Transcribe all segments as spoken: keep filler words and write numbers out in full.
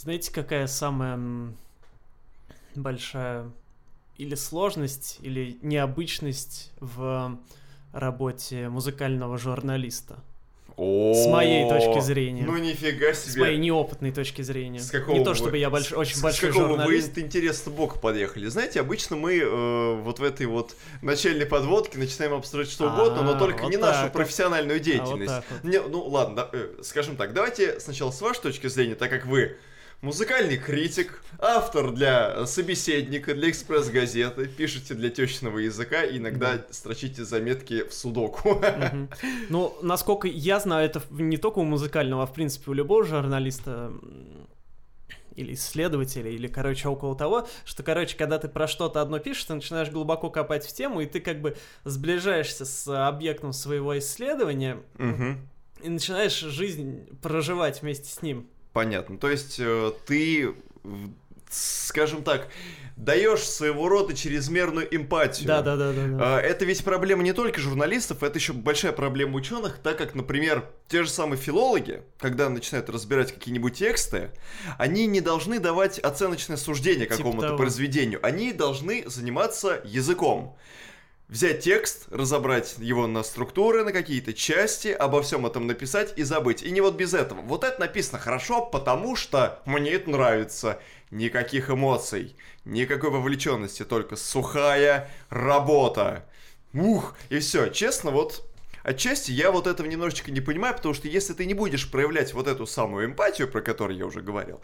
Знаете, какая самая большая или сложность, или необычность в работе музыкального журналиста? С моей точки зрения. Ну нифига себе. С моей неопытной точки зрения. С какого Не то, вы... чтобы я больш... очень с, большой с какого журналист. вы интересно бока подъехали. Знаете, обычно мы э, вот в этой вот начальной подводке начинаем обсуждать что угодно, но только вот не нашу вот. профессиональную деятельность. А, вот вот. Не, ну ладно, да, э, скажем так, давайте сначала с вашей точки зрения, так как вы музыкальный критик, автор для собеседника, для экспресс-газеты, пишете для тещиного языка и иногда да. строчите заметки в судоку. Угу. Ну, насколько я знаю, это не только у музыкального, а в принципе у любого журналиста или исследователя, или, короче, около того, что, короче, когда ты про что-то одно пишешь, ты начинаешь глубоко копать в тему, и ты как бы сближаешься с объектом своего исследования угу. и начинаешь жизнь проживать вместе с ним. Понятно. То есть э, ты, скажем так, даешь своего рода чрезмерную эмпатию. Да, да, да, да, да. Э, это ведь проблема не только журналистов, это еще большая проблема ученых, так как, например, те же самые филологи, когда начинают разбирать какие-нибудь тексты, они не должны давать оценочное суждение какому-то типа произведению, они должны заниматься языком. Взять текст, разобрать его на структуры, на какие-то части, обо всем этом написать и забыть. И не вот без этого. Вот это написано хорошо, потому что мне это нравится. Никаких эмоций, никакой вовлеченности, только сухая работа. Ух, и все. Честно, вот отчасти я вот этого немножечко не понимаю, потому что если ты не будешь проявлять вот эту самую эмпатию, про которую я уже говорил,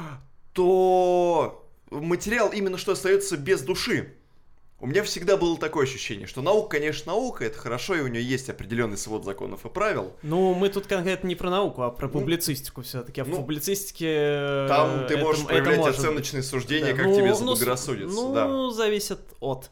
то материал именно что остается без души. У меня всегда было такое ощущение, что наука, конечно, наука, это хорошо, и у нее есть определенный свод законов и правил. Ну, мы тут конкретно не про науку, а про публицистику все-таки. А в ну, публицистике... Там ты это, можешь это проявлять может оценочные быть. суждения, да. как ну, тебе ну, заблагорассудится. Ну, да. зависит от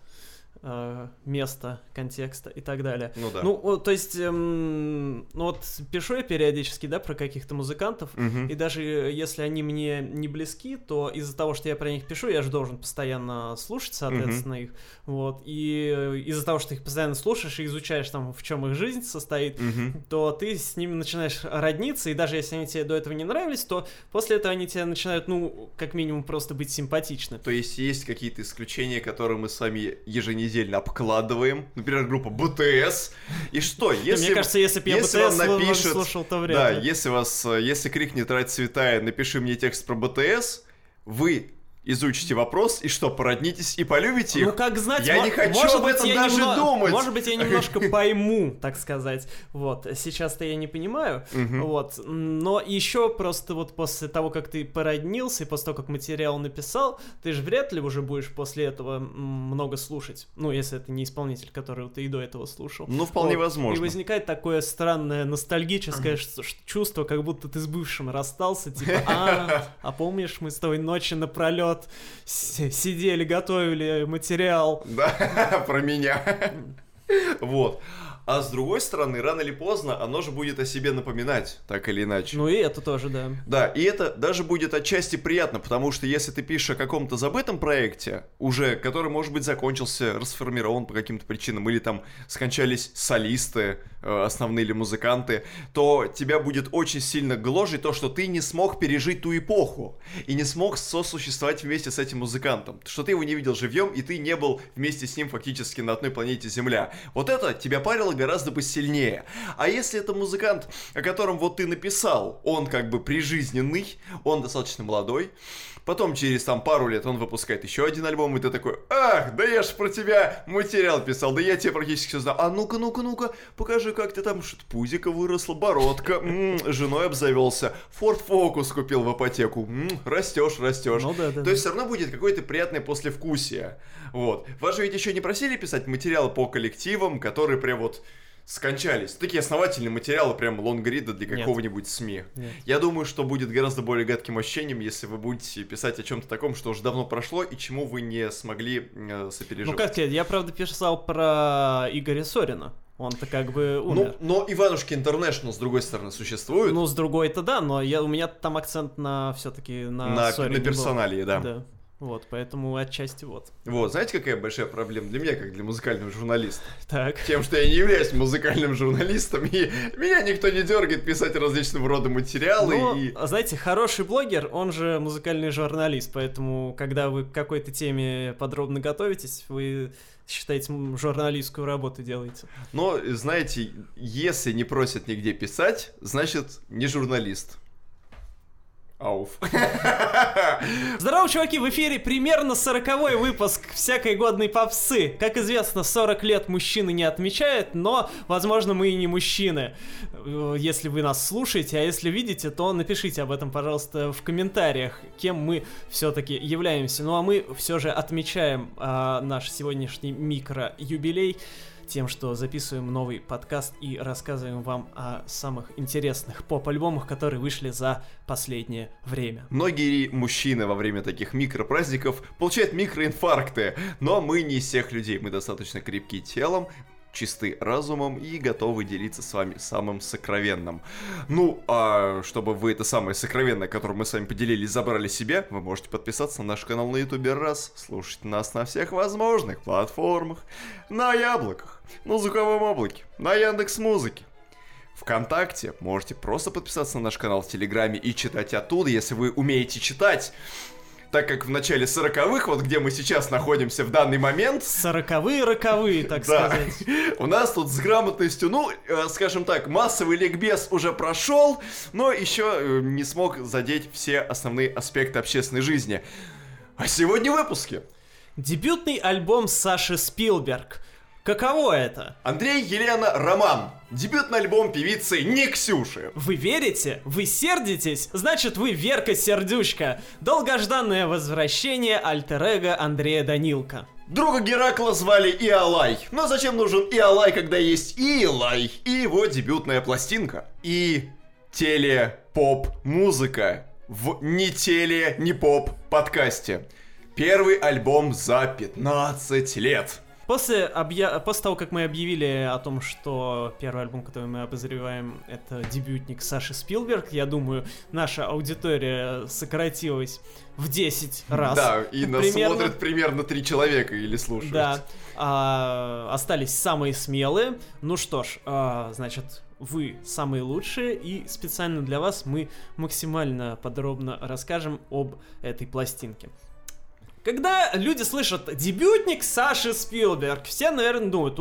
э, места, контекста и так далее. Ну, да. Ну, то есть, эм, ну вот пишу я периодически, да, про каких-то музыкантов, угу. и даже если они мне не близки, то из-за того, что я про них пишу, я же должен постоянно слушать, соответственно, угу. их. Вот, и из-за того, что ты их постоянно слушаешь и изучаешь, там, в чем их жизнь состоит, угу. то ты с ними начинаешь родниться, и даже если они тебе до этого не нравились, то после этого они тебе начинают, ну, как минимум, просто быть симпатичны. То есть есть какие-то исключения, которые мы с вами еженедельно обкладываем, например, группа БТС, и что, если... Мне кажется, если бы я БТС напишет, слушал, то вряд да, ли. если вас, если крикнет «Рать святая», напиши мне текст про БТС, вы... изучите вопрос, и что, породнитесь и полюбите их? Ну, как знать, я мо- не хочу может об быть, этом я даже немного, думать. Может быть, я немножко пойму, так сказать. Вот, сейчас-то я не понимаю. Uh-huh. Вот, но еще просто вот после того, как ты породнился, и после того, как материал написал, ты же вряд ли уже будешь после этого много слушать. Ну, если это не исполнитель, которого ты и до этого слушал. Ну, вполне вот. возможно. И возникает такое странное ностальгическое uh-huh. чувство, как будто ты с бывшим расстался, типа, а, а помнишь, мы с тобой ночи напролет сидели, готовили материал. Да, про меня. Вот. А с другой стороны, рано или поздно оно же будет о себе напоминать, так или иначе. Ну и это тоже, да. Да, и это даже будет отчасти приятно, потому что если ты пишешь о каком-то забытом проекте, уже, который, может быть, закончился, расформирован по каким-то причинам, или там скончались солисты, основные или музыканты, то тебя будет очень сильно гложить то, что ты не смог пережить ту эпоху, и не смог сосуществовать вместе с этим музыкантом, что ты его не видел живьем, и ты не был вместе с ним фактически на одной планете Земля. Вот это тебя парило гораздо бы сильнее. А если это музыкант, о котором вот ты написал, он как бы прижизненный, он достаточно молодой, потом через там пару лет он выпускает еще один альбом, и ты такой: ах, да я ж про тебя материал писал, да я тебя практически все знаю. А ну-ка, ну-ка, ну-ка, покажи, как ты там, что-то пузико выросло, бородка, м-м, женой обзавелся, Ford Focus купил в ипотеку, м-м, растешь, растешь. Ну, да, да, То да. есть все равно будет какое-то приятное послевкусие. Вот. Вас же ведь еще не просили писать материалы по коллективам, которые прям вот скончались. Такие основательные материалы, прям лонгрида для какого-нибудь СМИ. Нет. Я думаю, что будет гораздо более гадким ощущением, если вы будете писать о чем-то таком, что уже давно прошло и чему вы не смогли э, сопереживать. Ну как тебе, я правда писал про Игоря Сорина. Он-то как бы умер. Ну, но Иванушки Интернешнл, с другой стороны, существует. Ну, с другой-то да, но я, у меня там акцент на все-таки на На, Сорине на персоналии, был. да. да. Вот, поэтому отчасти вот. Вот, знаете, какая большая проблема для меня, как для музыкального журналиста? Так. Тем, что я не являюсь музыкальным журналистом, и меня никто не дергает писать различного рода материалы. Ну, и... знаете, хороший блогер, он же музыкальный журналист, поэтому, когда вы к какой-то теме подробно готовитесь, вы, считаете, журналистскую работу делаете. Но, знаете, если не просят нигде писать, значит, не журналист. Ауф. Здорово, чуваки, в эфире примерно сороковой выпуск всякой годной попсы. Как известно, сорок лет мужчины не отмечают, но, возможно, мы и не мужчины, если вы нас слушаете, а если видите, то напишите об этом, пожалуйста, в комментариях, кем мы все-таки являемся. Ну а мы все же отмечаем а, наш сегодняшний микро-юбилей тем, что записываем новый подкаст и рассказываем вам о самых интересных поп-альбомах, которые вышли за последнее время. Многие мужчины во время таких микропраздников получают микроинфаркты, но мы не из всех людей, мы достаточно крепки телом, чисты разумом и готовы делиться с вами самым сокровенным. Ну, а чтобы вы это самое сокровенное, которое мы с вами поделились, забрали себе, вы можете подписаться на наш канал на ютубе раз, слушать нас на всех возможных платформах, на Яблоках, на Звуковом облаке, на Яндекс.Музыке. ВКонтакте можете просто подписаться на наш канал в Телеграме и читать оттуда, если вы умеете читать. Так как в начале сороковых, вот где мы сейчас находимся в данный момент... Сороковые, роковые, так да. сказать. У нас тут с грамотностью, ну, э, скажем так, массовый ликбез уже прошел, но еще э, не смог задеть все основные аспекты общественной жизни. А сегодня в выпуске. Дебютный альбом Саши Спилберг. Каково это? Андрей, Елена, Роман. Дебютный альбом певицы не Ксюши. Вы верите? Вы сердитесь? Значит, вы Верка Сердючка. Долгожданное возвращение альтер-эго Андрея Данилко. Друга Геракла звали Иолай. Но зачем нужен Иолай, когда есть Иолай? И его дебютная пластинка. И теле-поп-музыка в ни теле, ни поп подкасте. Первый альбом за пятнадцать лет. После, объя... После того, как мы объявили о том, что первый альбом, который мы обозреваем, это дебютник Саши Спилберг, я думаю, наша аудитория сократилась в десять раз. Да, и нас примерно. смотрят примерно три человека или слушают. Да, а, остались самые смелые. Ну что ж, а, значит, вы самые лучшие, и специально для вас мы максимально подробно расскажем об этой пластинке. Когда люди слышат «дебютник Саши Спилберг», все, наверное, думают: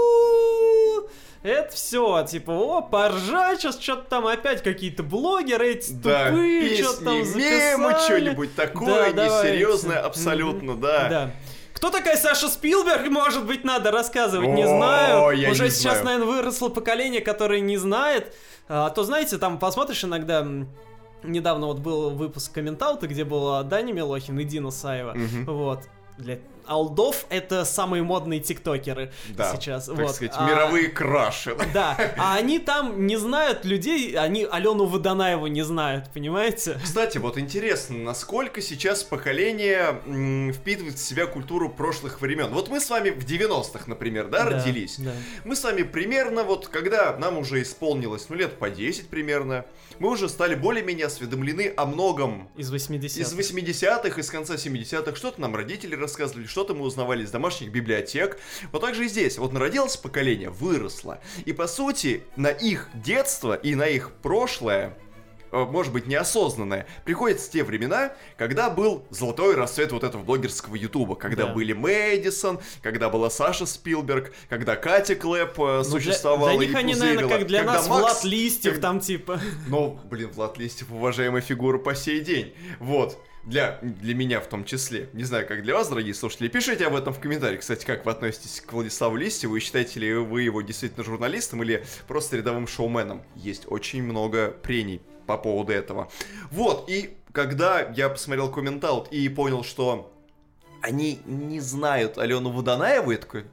у-у-у, это все, типа, о, поржать, сейчас что-то там опять какие-то блогеры эти да, тупые, что-то там записали. Мемы, что-нибудь такое, да, несерьезное абсолютно, mm-hmm. да. да. Кто такая Саша Спилберг, может быть, надо рассказывать, О, не знаю. я Уже не сейчас, знаю. наверное, выросло поколение, которое не знает. А то, знаете, там посмотришь иногда... Недавно вот был выпуск Комментаута, где был Даня Милохин и Дина Саева. Угу. Вот. Для олдов это самые модные тиктокеры да, сейчас. Так вот. сказать, а, мировые краши. Да, а они там не знают людей, они Алену Водонаеву не знают, понимаете? Кстати, вот интересно, насколько сейчас поколение м, впитывает в себя культуру прошлых времен. Вот мы с вами в девяностых, например, да, да родились. Да. Мы с вами примерно, вот когда нам уже исполнилось, ну, лет по десять примерно, мы уже стали более-менее осведомлены о многом. Из восьмидесятых. Из восьмидесятых, из конца семидесятых. Что-то нам родители рассказывали, что-то мы узнавали из домашних библиотек. Вот так же и здесь. Вот народилось поколение, выросло. И по сути, на их детство и на их прошлое, может быть, неосознанное, приходятся те времена, когда был золотой расцвет вот этого блогерского ютуба, когда да. были Мэдисон, когда была Саша Спилберг, когда Катя Клэп ну, существовала для, для и них они, пузырила, наверное, как для нас Макс... Влад Листьев как... там типа... Ну, блин, Влад Листьев уважаемая фигура по сей день. Вот. Для, для меня в том числе. Не знаю, как для вас, дорогие слушатели. Пишите об этом в комментариях. Кстати, как вы относитесь к Владиславу Листьеву и считаете ли вы его действительно журналистом или просто рядовым шоуменом? Есть очень много прений по поводу этого. Вот, и когда я посмотрел комментаут и понял, что они не знают Алену Водонаеву, я такой...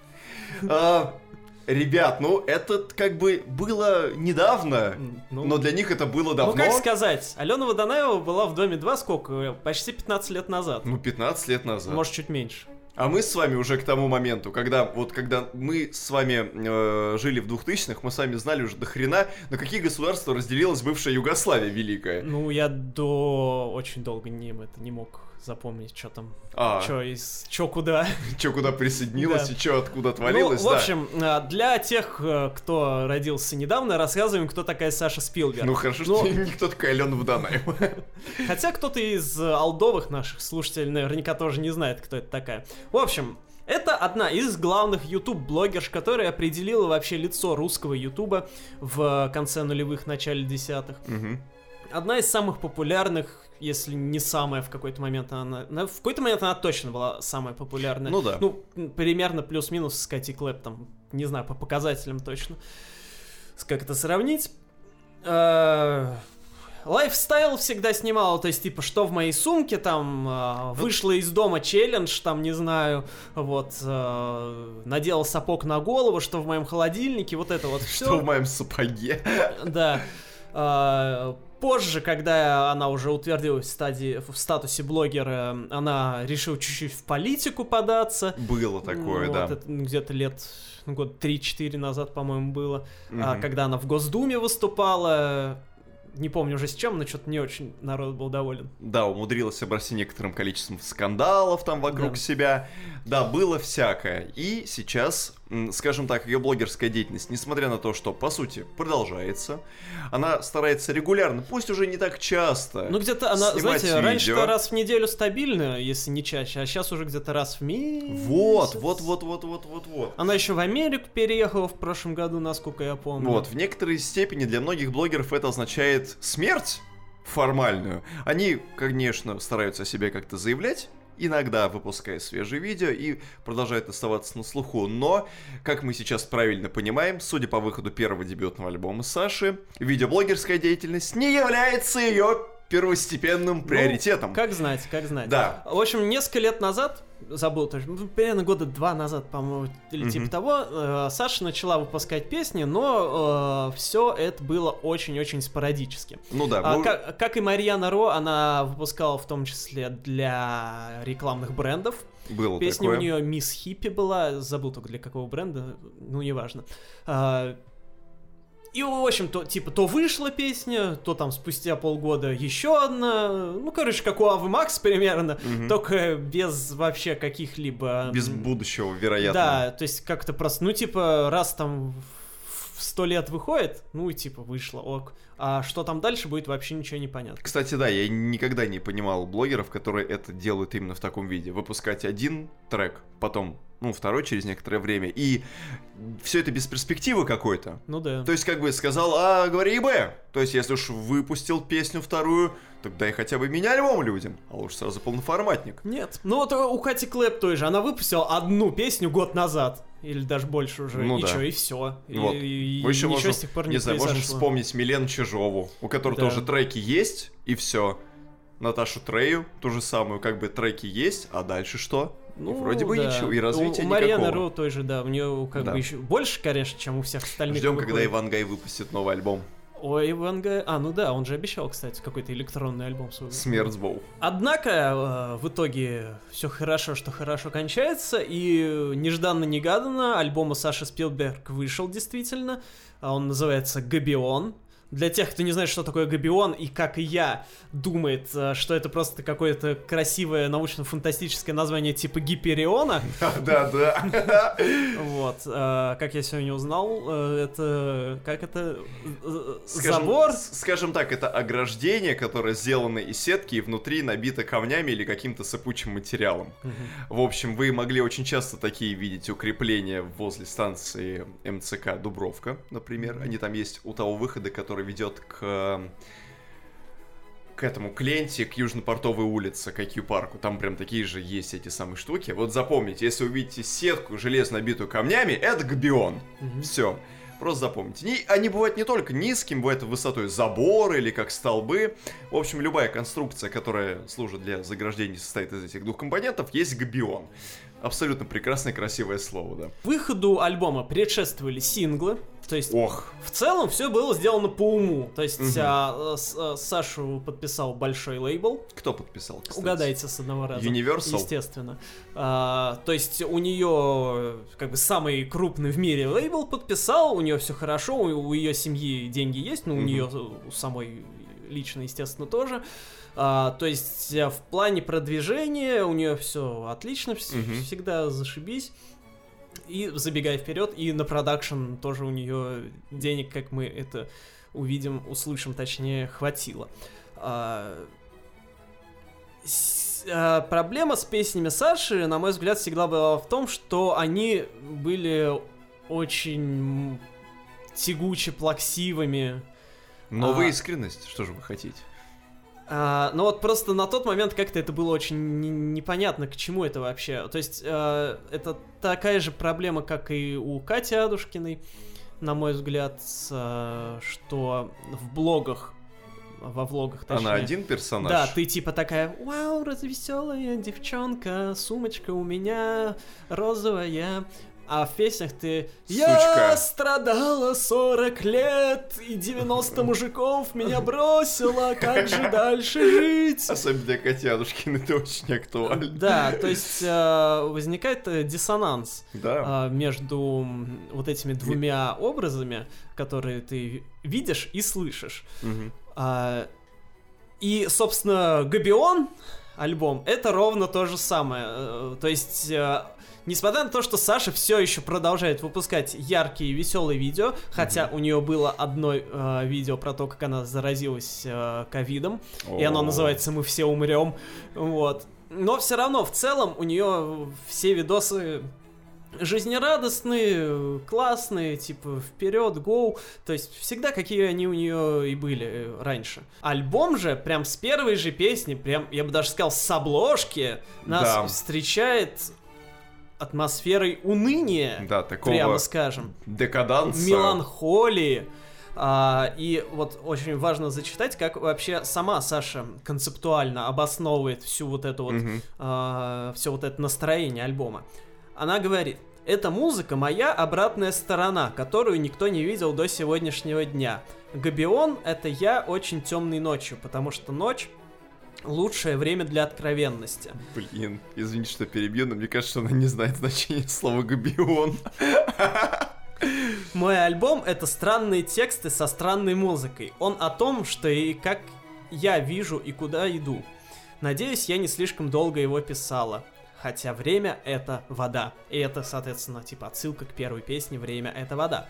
Ребят, ну это как бы было недавно, ну, но для них это было давно. Ну как сказать, Алена Водонаева была в Доме два сколько? Почти пятнадцать лет назад. Ну пятнадцать лет назад. Может чуть меньше. А мы с вами уже к тому моменту, когда вот когда мы с вами э, жили в двухтысячных, мы с вами знали уже до хрена, на какие государства разделилась бывшая Югославия великая. Ну, я до очень долго не, это, не мог запомнить, что там, А. что из, что куда. Че куда присоединилась Да. и че откуда отвалилась, Ну, в да. общем, для тех, кто родился недавно, рассказываем, кто такая Саша Спилберг. Ну хорошо, Ну, что никто такая Алена Водонаева. Хотя кто-то из алдовых наших слушателей наверняка тоже не знает, кто это такая. В общем, это одна из главных YouTube-блогерш, которая определила вообще лицо русского Ютуба в конце нулевых, начале десятых. Мгм. Одна из самых популярных, если не самая в какой-то момент, она... на- В какой-то момент она точно была самая популярная. Ну да. Ну, примерно плюс-минус с Кати Клэп, там, не знаю, по показателям точно. С- Как это сравнить? Э, Лайфстайл всегда снимала, то есть, типа, что в моей сумке, там, э, вышла из дома челлендж, там, не знаю, вот, э, надела сапог на голову, что в моем холодильнике, вот это вот все. Что в моем сапоге? Да. А, Позже, когда она уже утвердилась в, стадии, в статусе блогера, она решила чуть-чуть в политику податься. Было такое, Ну, да. вот это, ну, где-то лет, ну, год три-четыре назад, по-моему, было. А, Мгм. когда она в Госдуме выступала. Не помню уже с чем, но что-то не очень народ был доволен. Да, умудрилась обрасти некоторым количеством скандалов там вокруг Да. себя. Да, было всякое. И сейчас, м, скажем так, ее блогерская деятельность, несмотря на то, что, по сути, продолжается, она старается регулярно, пусть уже не так часто, Ну, где-то она, снимать знаете, раньше-то видео. раз в неделю стабильно, если не чаще, а сейчас уже где-то раз в месяц. Вот, вот, вот, вот, вот, вот, вот. Она еще в Америку переехала в прошлом году, насколько я помню. Вот, в некоторой степени для многих блогеров это означает смерть формальную. Они, конечно, стараются о себе как-то заявлять, иногда выпуская свежие видео и продолжают оставаться на слуху. Но, как мы сейчас правильно понимаем, судя по выходу первого дебютного альбома Саши, видеоблогерская деятельность не является ее первостепенным приоритетом. Ну, как знать, как знать. Да. В общем, несколько лет назад, забыл, то есть, ну, примерно года два назад, по-моему, или Мгм. типа того, э, Саша начала выпускать песни, но все это было очень-очень спорадически. Ну да, А, мы- как, как и Марьяна Ро, она выпускала в том числе для рекламных брендов. было Песня такое. у нее Мисс Хиппи была, забыл только для какого бренда, ну неважно. А, И, в общем, то, типа, то вышла песня, то там спустя полгода еще одна. Ну, короче, как у Авы Макс примерно, Мгм. только без вообще каких-либо... Без м, будущего, вероятно. Да, то есть как-то просто, ну, типа, раз там в сто лет выходит, ну, и типа, вышло, ок. А что там дальше будет, вообще ничего не понятно. Кстати, да, я никогда не понимал блогеров, которые это делают именно в таком виде. Выпускать один трек, потом, ну, второй через некоторое время, и все это без перспективы какой-то. Ну да. То есть, как бы сказал А, говори Б. То есть, если уж выпустил песню вторую, так дай хотя бы меня альбом людям, а лучше сразу полноформатник. Нет. Ну вот у Кати Клэп той же, она выпустила одну песню год назад. Или даже больше уже. Ну и да. чё, и все. И, Вот. и Мы еще ничего можем, с тех пор не, не знаю, можем произошло. вспомнить Милену Чижову, у которой Да. тоже треки есть, и все. Наташу Трею, ту же самую, как бы треки есть, а дальше что? Ну, И вроде бы да. ничего, и развития У, у Марьяны никакого. Ро той же, да, у нее как Да. бы еще больше, конечно, чем у всех остальных. Ждем, выходит. когда Иван Гай выпустит новый альбом. Ой, Иван Гай... А, ну да, он же обещал, кстати, какой-то электронный альбом свой. Смертсбоу. Однако, э, в итоге, все хорошо, что хорошо кончается, и нежданно-негаданно альбом у Саши Спилберг вышел действительно. А Он называется «Габион». Для тех, кто не знает, что такое Габион, и как и я, думает, э, что это просто какое-то красивое научно-фантастическое название типа Гипериона. Да-да. Вот. э, Как я сегодня узнал, э, это... Как это? Э, Скажем- Забор? с- Скажем так, это ограждение, которое сделано из сетки и внутри набито камнями или каким-то сыпучим материалом. Мгм. В общем, вы могли очень часто такие видеть укрепления возле станции эм цэ ка Дубровка, например. Они там есть у того выхода, который ведет к к этому, к ленте, к Южно-Портовой улице, к ай кью-парку. Там прям такие же есть эти самые штуки. Вот запомните, если увидите сетку железно набитую камнями, это Габион. Мгм. Все. Просто запомните. Не- они бывают не только низкими, бывают высотой забора или как столбы. В общем, любая конструкция, которая служит для заграждения, состоит из этих двух компонентов, есть габион. Абсолютно прекрасное, красивое слово, да. Выходу альбома предшествовали синглы. То есть, Ох. в целом, все было сделано по уму. То есть, Мгм. а, с- а, Сашу подписал большой лейбл. Кто подписал, кстати? Угадайте с одного раза. Universal? Естественно. А, то есть, у нее как бы самый крупный в мире лейбл подписал, у нее все хорошо, у, у ее семьи деньги есть, но у Мгм. нее у самой лично, естественно, тоже. А, то есть, а, в плане продвижения у нее все отлично, вс- Мгм. всегда зашибись. И забегая вперед, и на продакшн тоже у нее денег, как мы это увидим, услышим, точнее, хватило. А, с- а, проблема с песнями Саши, на мой взгляд, всегда была в том, что они были очень тягуче плаксивыми. Новая А. искренность, что же вы хотите? А, ну вот просто на тот момент как-то это было очень не- непонятно, к чему это вообще. То есть а, это такая же проблема, как и у Кати Адушкиной, на мой взгляд, а, что в блогах, во влогах, точнее. Она один персонаж? Да, ты типа такая, вау, развеселая девчонка, сумочка у меня розовая. А в песнях ты «Я Сучка. страдала сорок лет, и девяносто мужиков меня бросило, как же дальше жить?» Особенно для Котядушкина это очень актуально. Да, то есть э, возникает э, диссонанс Да. э, между м, вот этими двумя образами, которые ты видишь и слышишь. Мгм. А, и, собственно, Габион альбом это ровно то же самое. Э, То есть, э, несмотря на то, что Саша все еще продолжает выпускать яркие, веселые видео, хотя у нее было одно э, видео про то, как она заразилась э, ковидом, и оно О. называется «Мы все умрем». Вот. Но все равно, в целом, у нее все видосы жизнерадостные, классные, типа вперед, гоу. То есть всегда какие они у нее и были э, раньше. Альбом же, прям с первой же песни, прям, я бы даже сказал, с обложки, нас Да. встречает атмосферой уныния, Да, такого прямо скажем, декаданса. меланхолии. А, и вот очень важно зачитать, как вообще сама Саша концептуально обосновывает всю вот эту вот, Мгм. а, все вот это настроение альбома. Она говорит: «Эта музыка моя обратная сторона, которую никто не видел до сегодняшнего дня. Габион — это я очень темной ночью, потому что ночь — лучшее время для откровенности». Блин, извините, что перебью, но мне кажется, что она не знает значения слова «габион». Мой альбом — это странные тексты со странной музыкой. Он о том, что и как я вижу и куда иду. Надеюсь, я не слишком долго его писала. Хотя время — это вода. И это, соответственно, типа отсылка к первой песне «Время — это вода».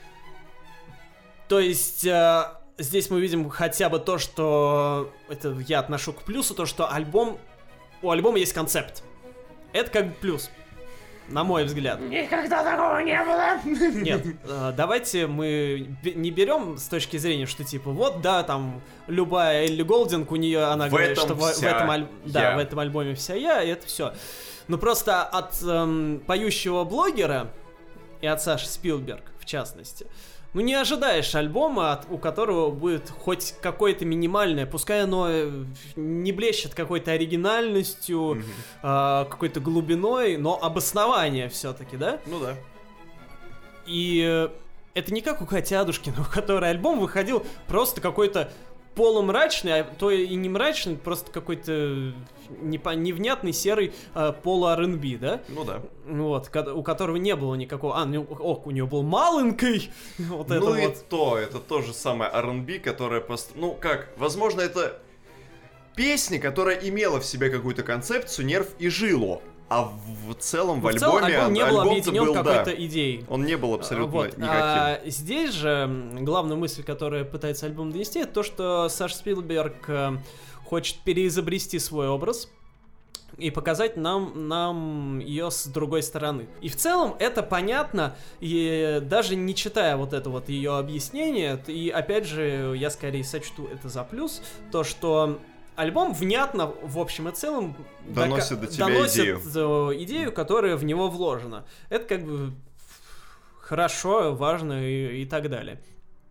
То есть, э, здесь мы видим хотя бы то, что... Это я отношу к плюсу, то, что альбом... У альбома есть концепт. Это как бы плюс. На мой взгляд. Никогда такого не было. Нет, э, давайте мы бе- не берем с точки зрения, что типа вот, да, там любая Элли Голдинг, у нее она В говорит, этом что в, в вся этом аль- да, я. в этом альбоме вся я, и это все. Ну просто от эм, поющего блогера и от Саши Спилберг, в частности, ну не ожидаешь альбома, от- у которого будет хоть какое-то минимальное, пускай оно э, не блещет какой-то оригинальностью, Мгм. э, какой-то глубиной, но обоснование все-таки, да? Ну да. И э, это не как у Кати Адушкиной, у которой альбом выходил просто какой-то полумрачный, а то и не мрачный, просто какой-то непо- невнятный серый э, полу-ар энд би, да? Ну да. Вот, ко- у которого не было никакого... А, ну, ок, у него был маленький, вот это Ну и вот. то, это то же самое ар энд би, которое... пост- Ну как, возможно, это песня, которая имела в себе какую-то концепцию, нерв и жилу. А в целом в В целом альбоме... альбом не был альбом-то объединен был, да, какой-то идеей. он не был абсолютно Вот, никаким. а здесь же м, главная мысль, которую пытается альбом донести, это то, что Саша Спилберг э, хочет переизобрести свой образ и показать нам, нам ее с другой стороны. И в целом это понятно, и даже не читая вот это вот ее объяснение, и опять же, я скорее сочту это за плюс, то, что альбом внятно, в общем и целом, Доносит дока- до тебя доносит, идею. э, идею, которая в него вложена. Это как бы хорошо, важно и, и так далее.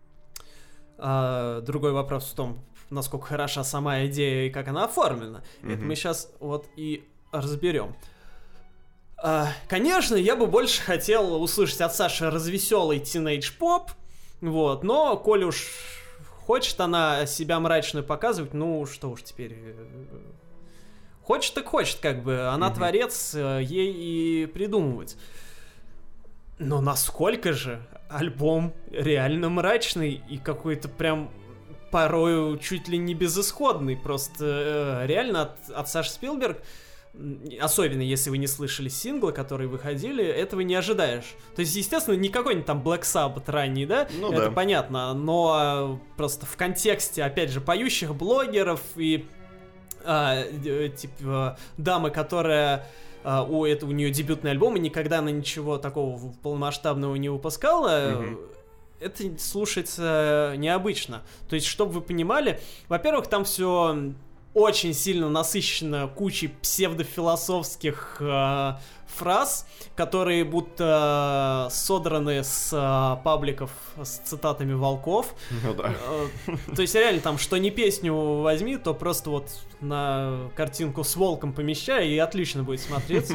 А, другой вопрос в том, насколько хороша сама идея и как она оформлена. Это Мгм. мы сейчас вот и разберем. А, конечно, я бы больше хотел услышать от Саши развеселый тинейдж-поп, вот, но, коль уж хочет она себя мрачную показывать, ну, что уж теперь... Хочет так хочет, как бы, она угу. творец, ей и придумывать. Но насколько же альбом реально мрачный и какой-то прям порою чуть ли не безысходный. Просто э, реально от, от Саши Спилберг, особенно если вы не слышали синглы, которые выходили, этого не ожидаешь. То есть, естественно, не какой-нибудь там Black Sabbath ранний, да? Ну, это да. понятно, но просто в контексте, опять же, поющих блогеров и а, типа дамы, которая... Uh, у, это, у нее дебютный альбом, и никогда она ничего такого полномасштабного не выпускала, mm-hmm. это слушается необычно. То есть, чтобы вы понимали, во-первых, там все очень сильно насыщено кучей псевдофилософских э, фраз, которые будто содраны с э, пабликов с цитатами волков. Ну да. Э, то есть реально там, что не песню возьми, то просто вот на картинку с волком помещай, и отлично будет смотреться.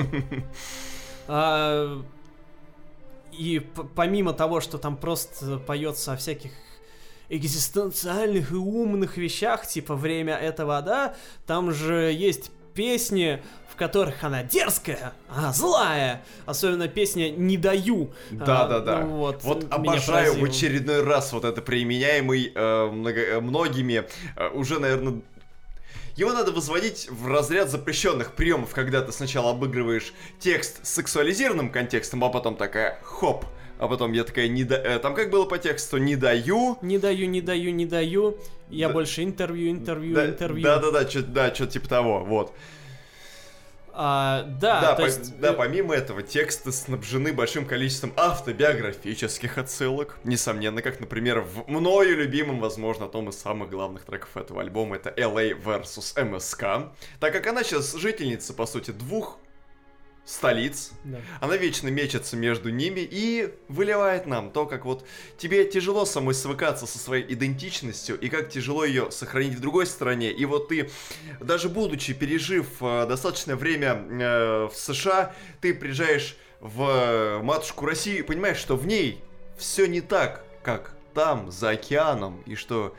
И помимо того, что там просто поется о всяких экзистенциальных и умных вещах, типа «Время — это вода», там же есть песни, в которых она дерзкая, а злая. Особенно песня «Не даю». Да-да-да. А, вот, вот обожаю в очередной раз вот это применяемый э, много, многими, э, уже, наверное... Его надо возводить в разряд запрещенных приемов, когда ты сначала обыгрываешь текст с сексуализированным контекстом, а потом такая хоп. А потом я такая, не да... Там как было по тексту? Не даю. Не даю, не даю, не даю. Я да. больше интервью, интервью, да, интервью. Да-да-да, что-то да, типа того, вот. А, да, да, то по- есть... да, помимо этого, тексты снабжены большим количеством автобиографических отсылок. Несомненно, как, например, в мною любимом, возможно, одном из самых главных треков этого альбома, это эл эй versus эм эс ка. Так как она сейчас жительница, по сути, двух столиц, да. Она вечно мечется между ними и выливает нам то, как вот тебе тяжело самой свыкаться со своей идентичностью и как тяжело ее сохранить в другой стране. И вот ты, даже будучи, пережив э, достаточное время э, в США, ты приезжаешь в э, матушку Россию и понимаешь, что в ней все не так, как там, за океаном, и что...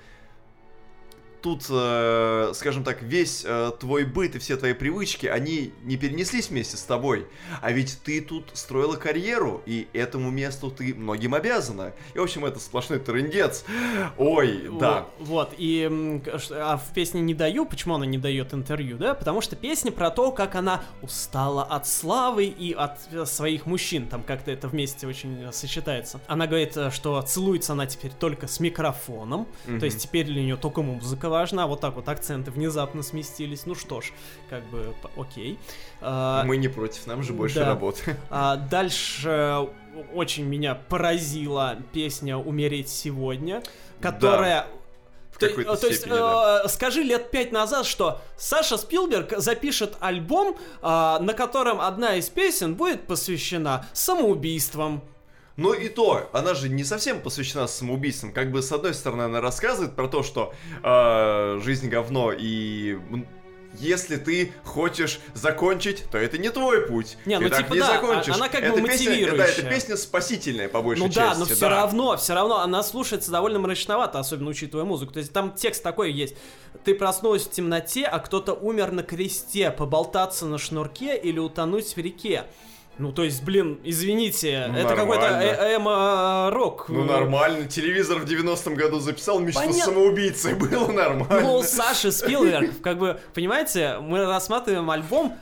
Тут, э, скажем так, весь э, твой быт и все твои привычки, они не перенеслись вместе с тобой. А ведь ты тут строила карьеру, и этому месту ты многим обязана. И, в общем, это сплошной трындец. Ой, да. Вот, и а в песне «Не даю», почему она не дает интервью, да? Потому что песня про то, как она устала от славы и от своих мужчин. Там как-то это вместе очень сочетается. Она говорит, что целуется она теперь только с микрофоном. Mm-hmm. То есть теперь для нее только музыка важна, вот так вот акценты внезапно сместились. Ну что ж, как бы окей. А, Мы не против, нам же больше да. работы. А дальше очень меня поразила песня «Умереть сегодня», которая... Да. В какой-то то, степени, то есть, да. э, скажи лет пять назад, что Саша Спилберг запишет альбом, э, на котором одна из песен будет посвящена самоубийствам. Ну и то, она же не совсем посвящена самоубийствам. Как бы, с одной стороны, она рассказывает про то, что э, жизнь говно, и если ты хочешь закончить, то это не твой путь. Не, ты ну так типа не да, закончишь. она как эта бы песня, мотивирующая. Да, эта песня спасительная, по большей ну, части. Ну да, но все да. равно, все равно она слушается довольно мрачновато, особенно учитывая музыку. То есть там текст такой есть. Ты проснулась в темноте, а кто-то умер на кресте. Поболтаться на шнурке или утонуть в реке. Ну, то есть, блин, извините, ну, это какой-то э- эмо-рок. Ну, нормально. Телевизор в девяностом году записал, мечту Понят... с самоубийцей. Было нормально. Ну, Саша Спилберг, как бы, понимаете, мы рассматриваем альбом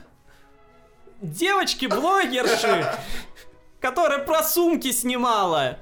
девочки-блогерши, которая про сумки снимала.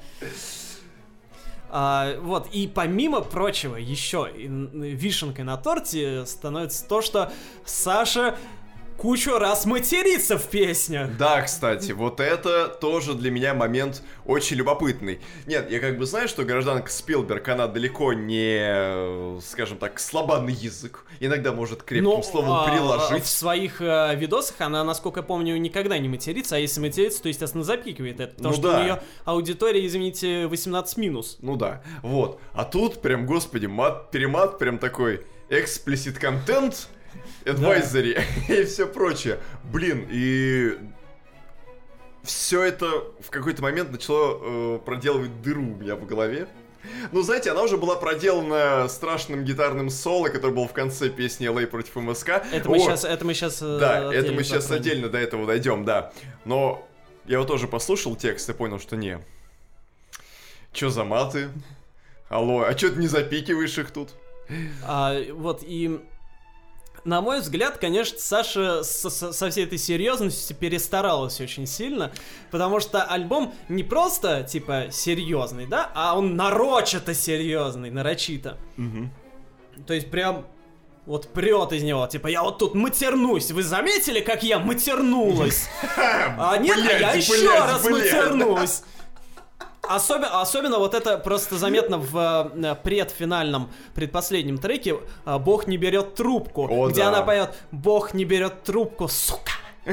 А, вот, и помимо прочего, еще вишенкой на торте становится то, что Саша... кучу раз материться в песнях. Да, кстати, вот это тоже для меня момент очень любопытный. Нет, я как бы знаю, что гражданка Спилберг, она далеко не, скажем так, слабанный язык. Иногда может крепким Но, словом а, приложить. В своих а, видосах она, насколько я помню, никогда не матерится, а если матерится, то, естественно, запикивает это. Потому ну, что да. у нее аудитория, извините, восемнадцать минус. Ну да, вот. А тут прям, господи, мат-перемат, прям такой explicit content... advisory, да. И все прочее. Блин, и все это в какой-то момент начало э, проделывать дыру у меня в голове. Ну, знаете, она уже была проделана страшным гитарным соло, который был в конце песни эл эй против эм эс ка. Это мы сейчас, это мы сейчас. Да, это мы сейчас отдельно до этого дойдем, да. Но я вот тоже послушал текст и понял, что не. Чё за маты? Алло, а чё ты не запикиваешь их тут? А, вот, и... На мой взгляд, конечно, Саша со, со всей этой серьезностью перестаралась очень сильно, потому что альбом не просто, типа, серьезный, да, а он нарочито серьезный, нарочито. Угу. То есть прям вот прет из него, типа, я вот тут матернусь, вы заметили, как я матернулась? А нет, а я еще раз матернусь. Особенно, особенно вот это просто заметно в э, предфинальном, предпоследнем треке э, «Бог не берет трубку», О, где да. она поет «Бог не берет трубку, сука».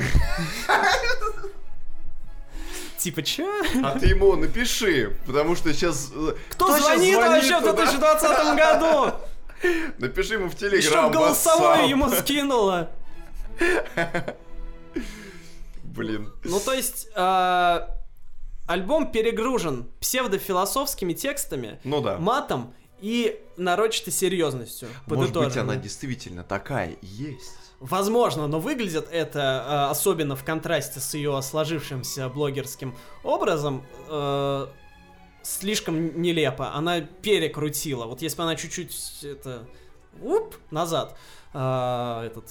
Типа, чё? А ты ему напиши, потому что сейчас... Кто звонит вообще в две тысячи двадцатом году? Напиши ему в Телеграм, Чтоб голосовое ему скинуло. Блин. Ну, то есть... э, Альбом перегружен псевдофилософскими текстами, Ну да. матом и нарочатой серьезностью. Может быть, подытоженной. она действительно такая и есть. Возможно, но выглядит это, э, особенно в контрасте с ее сложившимся блогерским образом, э, слишком нелепо. Она перекрутила. Вот если бы она чуть-чуть это, уп, назад, э, этот...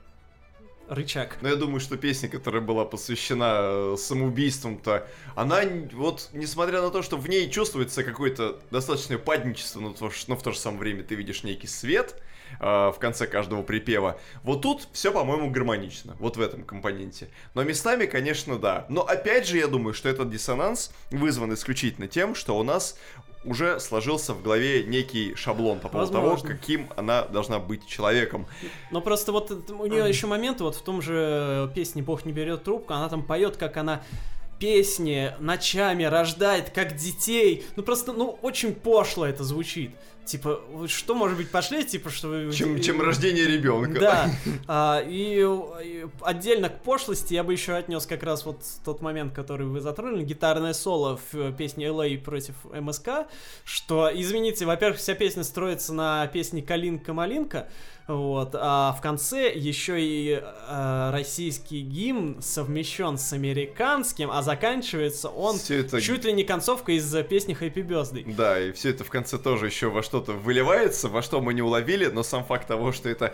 рычаг. Но я думаю, что песня, которая была посвящена э, самоубийствам-то, она вот, несмотря на то, что в ней чувствуется какое-то достаточное падничество, но, то, но в то же самое время ты видишь некий свет э, в конце каждого припева, вот тут все, по-моему, гармонично, вот в этом компоненте. Но местами, конечно, да. Но опять же, я думаю, что этот диссонанс вызван исключительно тем, что у нас уже сложился в голове некий шаблон по поводу Возможно. того, каким она должна быть человеком. Но просто вот у нее еще момент, вот в том же песне «Бог не берет трубку», она там поет, как она песни ночами рождает, как детей. Ну просто, ну, очень пошло это звучит. Типа, что может быть пошлее, типа, что вы... Чем, чем рождение ребенка. Да, а, и, и отдельно к пошлости я бы еще отнес как раз вот тот момент, который вы затронули, гитарное соло в песне эл эй против эм эс ка, что, извините, во-первых, вся песня строится на песне «Калинка-малинка», вот, а в конце еще и э, российский гимн совмещен с американским, а заканчивается он Всё это... чуть ли не концовкой из песни «Happy Birthday». Да, и все это в конце тоже еще во что-то выливается, во что мы не уловили, но сам факт того, что это...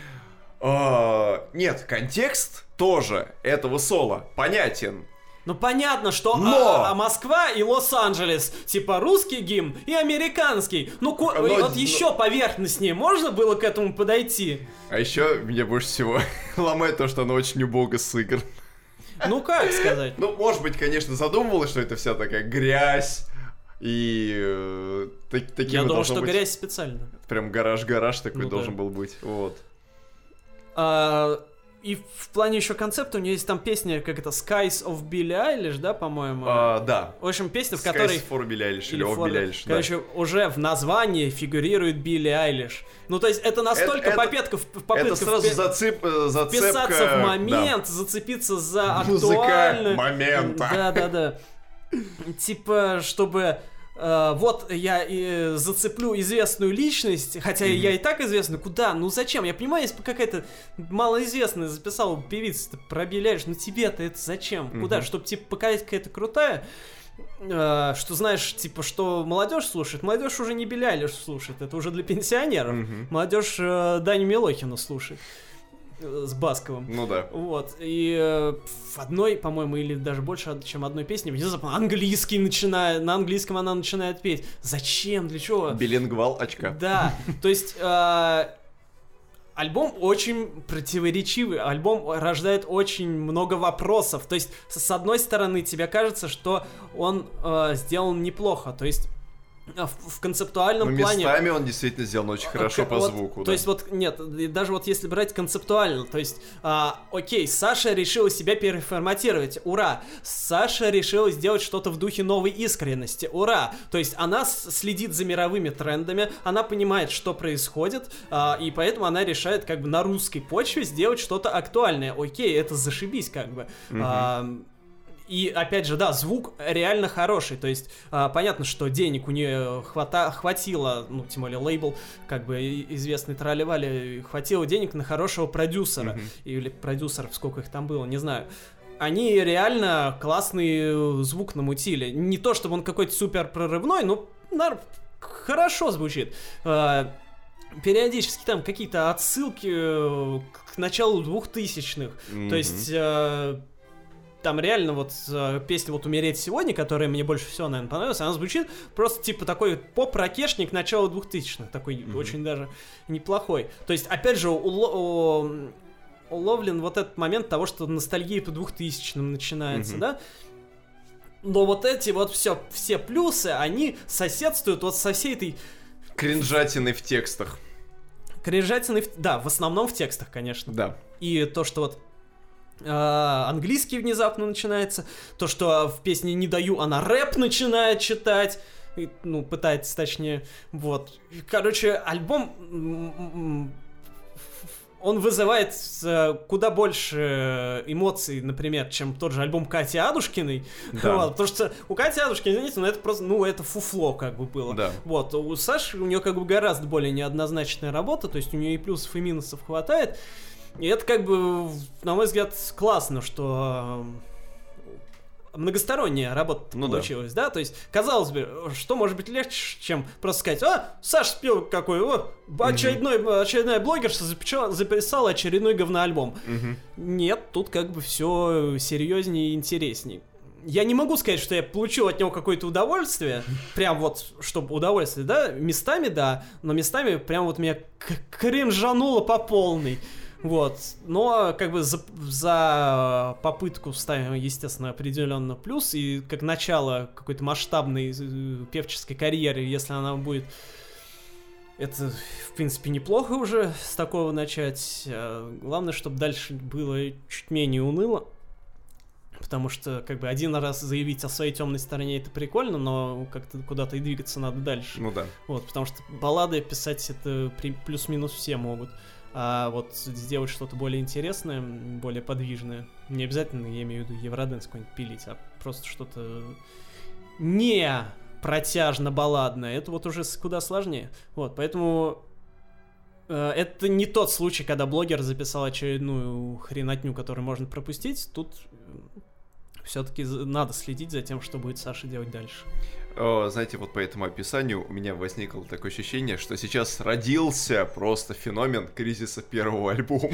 А, нет, контекст тоже этого соло понятен. Ну понятно, что Но! а, а Москва и Лос-Анджелес, типа русский гимн и американский. Ну ко- Но- вот но- еще поверхностнее можно было к этому подойти? А еще меня больше всего ломает то, что оно очень убого сыграно. Ну как сказать? Ну, может быть, конечно, задумывалось, что это вся такая грязь. И э, так- таким Я и думал, должно что быть. грязь специально. Прям гараж-гараж такой Ну должен да. был быть. Вот. А, и в плане еще концепта у нее есть там песня, как это, Skies of Billie Eilish, да, по-моему? А, да. В общем, песня, в Skies которой... for Billie Eilish или of for- Billie Eilish, да. Короче, уже в названии фигурирует Билли Айлиш. Ну, то есть это настолько Это- попытка, в- попытка Это сразу впи- зацеп, э, зацепка... вписаться в да. момент, зацепиться за Музыка актуальную... момента. Да-да-да. Типа, чтобы... э, вот я э, зацеплю известную личность, хотя я и так известный, куда? Ну зачем? Я понимаю, если бы какая-то малоизвестная записала певица про Билли Айлиш, ну тебе-то это зачем? Куда? Мгм. Чтобы типа показать какая-то крутая, э, что знаешь, типа, что молодежь слушает. Молодежь уже не Билли Айлиш слушает, это уже для пенсионеров. Мгм. Молодежь э, Даню Милохина слушает э, с Басковым. Ну да. Вот, и э, в одной, по-моему, или даже больше, чем одной песне, внезапно английский начинает, на английском она начинает петь. Зачем? Для чего? Билингвал очка. Да, то есть э, альбом очень противоречивый, альбом рождает очень много вопросов. То есть, с с одной стороны, тебе кажется, что он э, сделан неплохо, то есть э, в, в концептуальном Но плане... местами он действительно сделан очень хорошо К- по вот, звуку. То да. есть вот, нет, и даже вот если брать концептуально, то есть, а, окей, Саша решила себя переформатировать, ура! Саша решила сделать что-то в духе новой искренности, ура! То есть она с- следит за мировыми трендами, она понимает, что происходит, а, и поэтому она решает как бы на русской почве сделать что-то актуальное. Окей, это зашибись как бы. А, И, опять же, да, звук реально хороший. То есть, а, понятно, что денег у нее хвата- хватило, ну, тем более лейбл, как бы известный Трали-Вали, хватило денег на хорошего продюсера. Mm-hmm. Или продюсеров, сколько их там было, не знаю. Они реально классный звук намутили. Не то, чтобы он какой-то супер прорывной, но нар- хорошо звучит. А, периодически там какие-то отсылки к началу двухтысячных. Mm-hmm. То есть... А, там реально вот э, песня вот «Умереть сегодня», которая мне больше всего, наверное, понравилась, она звучит просто типа такой поп-ракешник начала двухтысячных, такой mm-hmm. очень даже неплохой. То есть, опять же, уло- уловлен вот этот момент того, что ностальгия по двухтысячным начинается, mm-hmm. да? Но вот эти вот все, все плюсы, они соседствуют вот со всей этой... Кринжатиной в текстах. Кринжатиной, в... да, в основном в текстах, конечно. Да. И то, что вот Uh, английский внезапно начинается. То, что в песне «Не даю», она рэп начинает читать. И, ну, пытается, точнее. Вот. Короче, альбом... Он вызывает uh, куда больше эмоций, например, чем тот же альбом Кати Адушкиной. Да. Вот, потому что у Кати Адушкиной, знаете, ну это просто, ну это фуфло как бы было. Да. Вот. У Саши, у нее как бы гораздо более неоднозначная работа, то есть у нее и плюсов, и минусов хватает. И это как бы, на мой взгляд, классно, что многосторонняя работа ну получилась, да. да? То есть, казалось бы, что может быть легче, чем просто сказать: а, Саша спел какой, о, очередной, mm-hmm. очередная блогерша запечала, записала очередной говноальбом. Mm-hmm. Нет, тут как бы все серьезнее и интереснее. Я не могу сказать, что я получил от него какое-то удовольствие, прям вот, чтобы удовольствие, да, местами, да, но местами прям вот меня к- кринжануло по полной. Вот, но как бы за, за попытку ставим, естественно, определенно плюс, и как начало какой-то масштабной певческой карьеры, если она будет, это, в принципе, неплохо уже с такого начать. Главное, чтобы дальше было чуть менее уныло, потому что, как бы, один раз заявить о своей темной стороне — это прикольно, но как-то куда-то и двигаться надо дальше. Ну да. Вот, потому что баллады писать это плюс-минус все могут. А вот сделать что-то более интересное, более подвижное, не обязательно, я имею в виду, евродэнс какой-нибудь пилить, а просто что-то не протяжно-балладное, это вот уже куда сложнее. Вот, поэтому э, это не тот случай, когда блогер записал очередную хренотню, которую можно пропустить. Тут все-таки надо следить за тем, что будет Саша делать дальше. О, знаете, вот по этому описанию у меня возникло такое ощущение, что сейчас родился просто феномен кризиса первого альбома.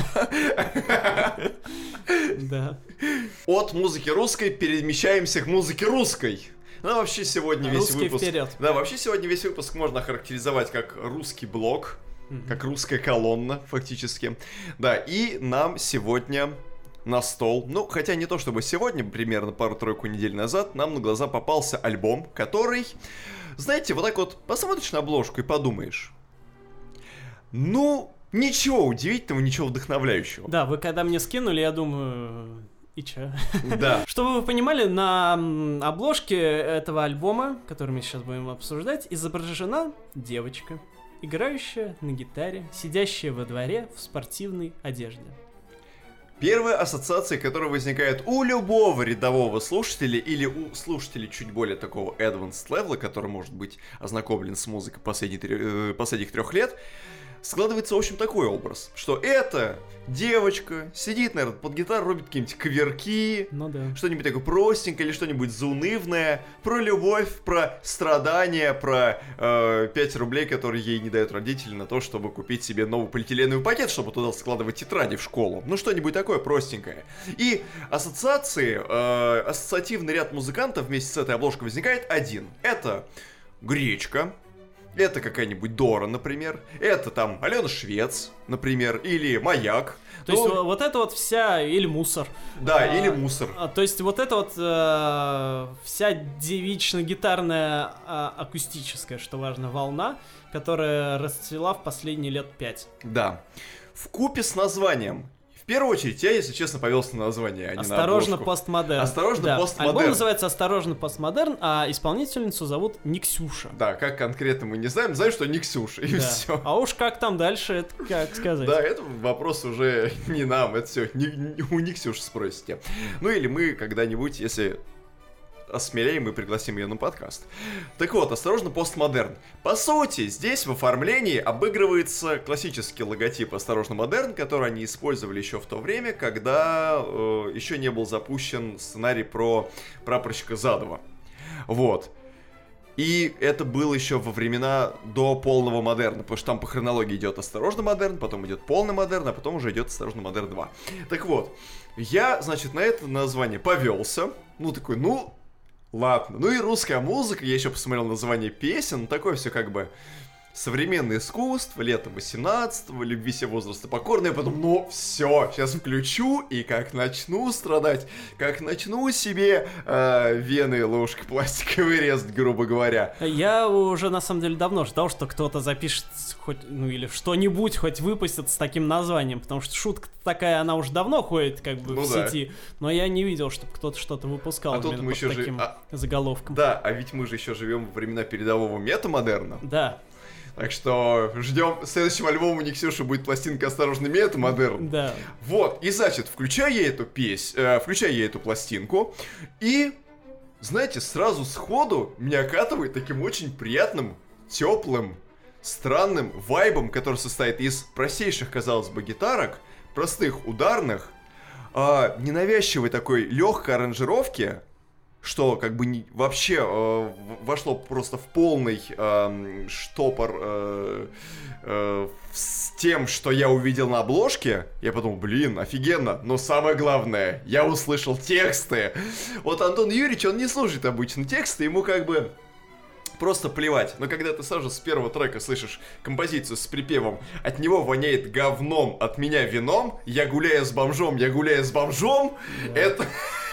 Да. От музыки русской перемещаемся к музыке русской. Ну, вообще сегодня весь Русский выпуск... вперед. Да, вообще сегодня весь выпуск можно охарактеризовать как русский блог, mm-hmm. как русская колонна, фактически. Да, и нам сегодня на стол, ну, хотя не то чтобы сегодня, примерно пару-тройку недель назад, нам на глаза попался альбом, который, знаете, вот так вот посмотришь на обложку и подумаешь, ну, ничего удивительного, ничего вдохновляющего. Да, вы когда мне скинули, я думаю... И чё? Да. Чтобы вы понимали, на обложке этого альбома, который мы сейчас будем обсуждать, изображена девочка, играющая на гитаре, сидящая во дворе в спортивной одежде. Первая ассоциация, которая возникает у любого рядового слушателя или у слушателей чуть более такого advanced level, который может быть ознакомлен с музыкой последних, э, последних трех лет, складывается, в общем, такой образ, что эта девочка сидит, наверное, под гитару, робит какие-нибудь коверки, ну да. Что-нибудь такое простенькое или что-нибудь заунывное, про любовь, про страдания, про э, пять рублей, которые ей не дают родители на то, чтобы купить себе новый полиэтиленовый пакет, чтобы туда складывать тетради в школу. Ну, что-нибудь такое простенькое. И ассоциации, э, ассоциативный ряд музыкантов вместе с этой обложкой возникает один. Это Гречка. Это какая-нибудь Дора, например. Это там Алена Швец, например. Или Маяк. То ну, есть вот это вот вся... Или Мусор. Да, а, или Мусор. А, то есть вот это вот а, вся девично-гитарная а, акустическая, что важно, волна, которая расцвела в последние лет пять. Да. Вкупе с названием. В первую очередь, я, если честно, повелся на название, а не Осторожно, на обложку. постмодерн. Осторожно, да. постмодерн. Альбом называется «Осторожно, постмодерн», а исполнительницу зовут Никсюша. Да, как конкретно мы не знаем, знаем, что Никсюша, и Да. все. А уж как там дальше, это как сказать. Да, это вопрос уже не нам, это все у Никсюши спросите. Ну или мы когда-нибудь, если осмелеем, мы пригласим ее на подкаст. Так вот, осторожно, постмодерн. По сути, здесь в оформлении обыгрывается классический логотип «Осторожно, модерн», который они использовали еще в то время, когда э, еще не был запущен сценарий про прапорщика Задова. Вот. И это было еще во времена до полного модерна, потому что там по хронологии идет «Осторожно, модерн», потом идет полный модерн, а потом уже идет «Осторожно, модерн два». Так вот, я, значит, на это название повелся, ну такой, ну... Ладно. Ну и русская музыка, я еще посмотрел название песен, такое все как бы современное искусство, лето восемнадцатого, любви все возраста покорные, я потом, ну все, сейчас включу, и как начну страдать, как начну себе э, вены ложкой пластиковой резать, грубо говоря. Я уже на самом деле давно ждал, что кто-то запишет хоть, ну или что-нибудь хоть выпустит с таким названием, потому что шутка такая, она уже давно ходит как бы ну в да. сети, но я не видел, чтобы кто-то что-то выпускал а тут мы под еще таким жи... а... заголовком. Да, а ведь мы же еще живем во времена передового метамодерна. Да. Так что ждем, в следующем альбоме у Никсюши будет пластинка «Осторожно, метамодерн». Да. Вот, и значит, включаю я эту песню, э, включаю я эту пластинку, и, знаете, сразу сходу меня окатывает таким очень приятным, теплым, странным вайбом, который состоит из простейших, казалось бы, гитарок, простых ударных, э, ненавязчивой такой легкой аранжировки, что как бы не, вообще э, вошло просто в полный э, штопор э, э, с тем, что я увидел на обложке. Я подумал, блин, офигенно. Но самое главное, я услышал тексты. Вот Антон Юрьевич, он не слушает обычно тексты, ему как бы просто плевать. Но когда ты сразу с первого трека слышишь композицию с припевом «От него воняет говном, от меня вином, я гуляю с бомжом, я гуляю с бомжом», yeah. это...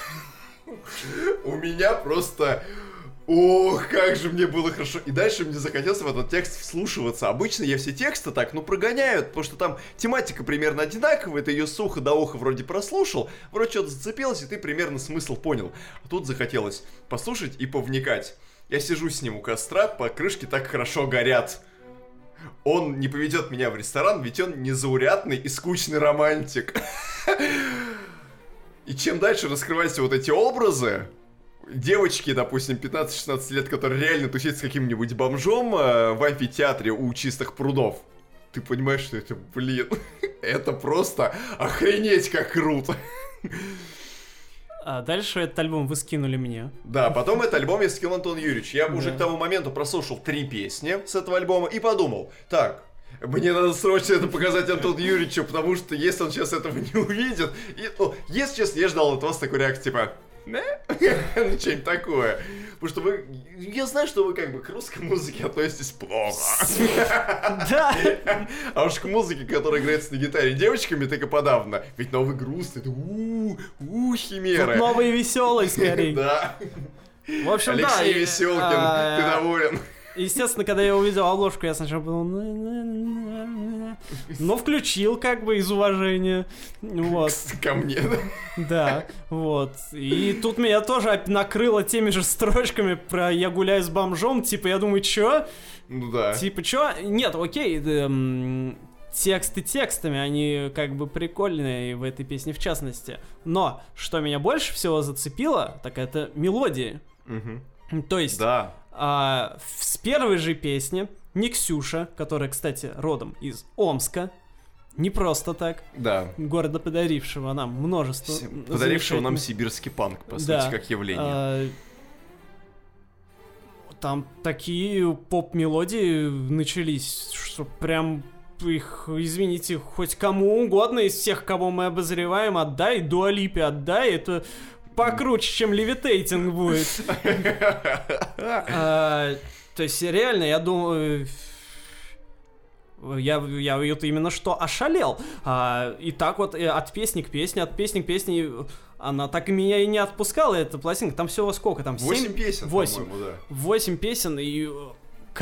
У меня просто... Ох, как же мне было хорошо. И дальше мне захотелось в этот текст вслушиваться. Обычно я все тексты так, ну, прогоняют, потому что там тематика примерно одинаковая, ты ее с уха до уха вроде прослушал, вроде что-то зацепилось, и ты примерно смысл понял. А тут захотелось послушать и повникать. Я сижу с ним у костра, покрышки так хорошо горят. Он не поведет меня в ресторан, ведь он незаурядный и скучный романтик. И чем дальше раскрываются вот эти образы, девочки, допустим, пятнадцать-шестнадцать лет, которые реально тусят с каким-нибудь бомжом э, в амфитеатре у чистых прудов, ты понимаешь, что это, блин, это просто охренеть как круто. А дальше этот альбом вы скинули мне. Да, потом этот альбом я скинул Антон Юрьевич. Я да. уже к тому моменту прослушал три песни с этого альбома и подумал, так... Мне надо срочно это показать Антону Юрьевичу, потому что если он сейчас этого не увидит... И, ну, если честно, я ждал от вас такой реакции, типа... Ну, что-нибудь такое. Потому что вы... Я знаю, что вы как бы к русской музыке относитесь плохо. Да. А уж к музыке, которая играется на гитаре девочками, так и подавно. Ведь новый грустный, это у-у-у, химеры. Тут новый веселый, скорее. Да. В общем, Алексей да. Алексей Веселкин, ты доволен? Естественно, когда я увидел обложку, я сначала подумал... Но включил, как бы, из уважения. Вот. Ко мне, да? Да, вот. И тут меня тоже накрыло теми же строчками про «я гуляю с бомжом». Типа, я думаю, чё? Ну да. Типа, чё? Нет, окей, эм, тексты текстами, они как бы прикольные в этой песне в частности. Но, что меня больше всего зацепило, так это мелодии. Угу. То есть... Да. А, с первой же песни Никсюша, которая, кстати, родом из Омска, не просто так, да. города, подарившего нам множество... С... Подарившего нам сибирский панк, по да. сути, как явление. А, там такие поп-мелодии начались, что прям их, извините, хоть кому угодно из всех, кого мы обозреваем, отдай, Дуа Липе отдай, это... покруче, чем левитейтинг будет. а, то есть, реально, я думаю... Я, я это именно что ошалел. А, и так вот от песни к песне, от песни к песне... Она так и меня и не отпускала, эта пластинка. Там всего сколько? Там восемь песен, восемь, по-моему, да. восемь песен, и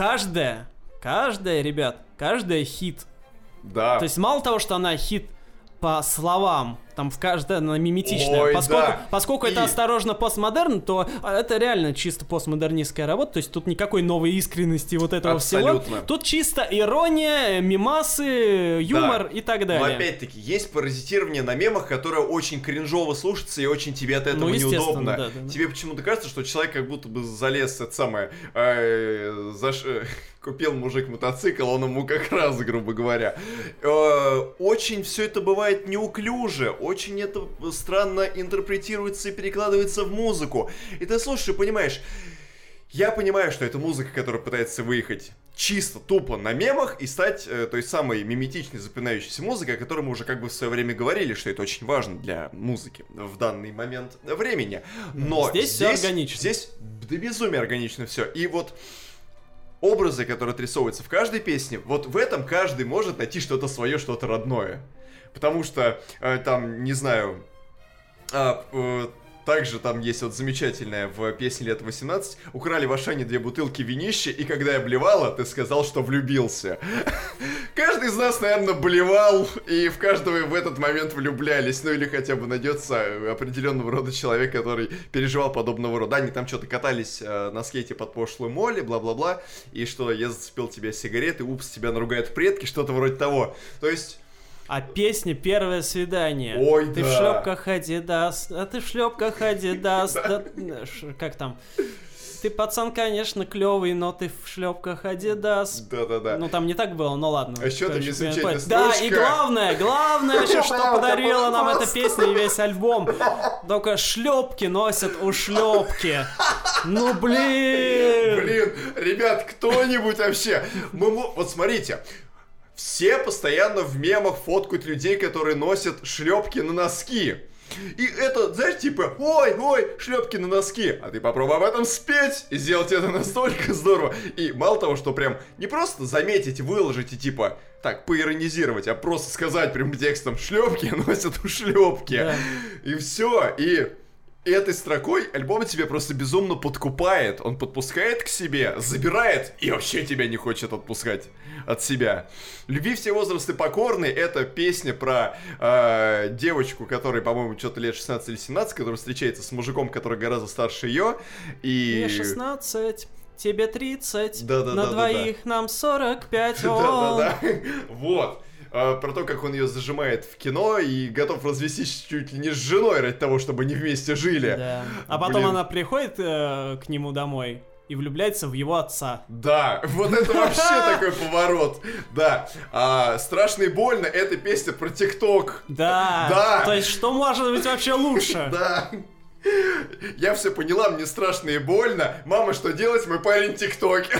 каждая, каждая, ребят, каждая хит. Да. То есть, мало того, что она хит по словам. Там в каждой она миметичная. Ой, поскольку да. поскольку И... это осторожно постмодерн, то это реально чисто постмодернистская работа. То есть тут никакой новой искренности вот этого Абсолютно. всего. Тут чисто ирония, мемасы, юмор да. и так далее. Но опять-таки, есть паразитирование на мемах, которое очень кринжово слушается и очень тебе от этого ну, неудобно. Да, да, тебе да. почему-то кажется, что человек как будто бы залез, это самое, э, заш... купил мужик мотоцикл, он ему как раз, грубо говоря. Э, очень все это бывает неуклюже, очень это странно интерпретируется и перекладывается в музыку. И ты слушаешь и понимаешь, я понимаю, что это музыка, которая пытается выехать чисто, тупо на мемах и стать э, той самой миметичной, запоминающейся музыкой, о которой мы уже как бы в свое время говорили, что это очень важно для музыки в данный момент времени. Но здесь, здесь все органично. Здесь до безумия органично все. И вот образы, которые отрисовываются в каждой песне, вот в этом каждый может найти что-то свое, что-то родное. Потому что э, там, не знаю, а, э, также там есть вот замечательная в песне «Лето восемнадцать». Украли в Ашане две бутылки винища, и когда я блевала, ты сказал, что влюбился. Каждый из нас, наверное, блевал, и в каждого в этот момент влюблялись. Ну или хотя бы найдется определенного рода человек, который переживал подобного рода. Они там что-то катались э, на скейте под пошлую молли, бла-бла-бла, и что я зацепил тебя сигареты, упс, тебя наругают предки, что-то вроде того. То есть... А песня «Первое свидание». Ой, ты да. в шлепках Адидас, а ты в шлепках Адидас. Да, как там? Ты пацан, конечно, клевый, но ты в шлепках Адидас. Да-да-да. Ну там не так было, но ладно. А еще там есть замечательная Да, строчка. и главное, главное вообще, что подарила нам эта песня и весь альбом. Только шлепки носят у шлепки. Ну блин. Блин, ребят, кто-нибудь вообще. Мы, вот смотрите. Все постоянно в мемах фоткают людей, которые носят шлепки на носки. И это, знаешь, типа, ой, ой, шлепки на носки. А ты попробуй об этом спеть и сделать это настолько здорово. И мало того, что прям не просто заметить, выложить и типа, так, поиронизировать, а просто сказать прям текстом, шлепки носят у шлепки. Да. И все, и... И этой строкой альбом тебя просто безумно подкупает. Он подпускает к себе, забирает и вообще тебя не хочет отпускать от себя. «Люби все возрасты покорны» — это песня про э, девочку, которой, по-моему, что-то лет шестнадцать или семнадцать, которая встречается с мужиком, который гораздо старше ее. И... Мне шестнадцать, тебе тридцать, да, да, на да, двоих да. нам сорок пять. Да-да-да. Вот. Про то, как он ее зажимает в кино и готов развестись чуть ли не с женой ради того, чтобы они вместе жили. Да. А потом Блин. она приходит э, к нему домой и влюбляется в его отца. Да, вот это вообще такой поворот. Да. А, «Страшно и больно» — это песня про ТикТок. Да. Да. То есть что может быть вообще лучше? Да. Я все поняла, мне страшно и больно. Мама, что делать? Мой парень тиктокер.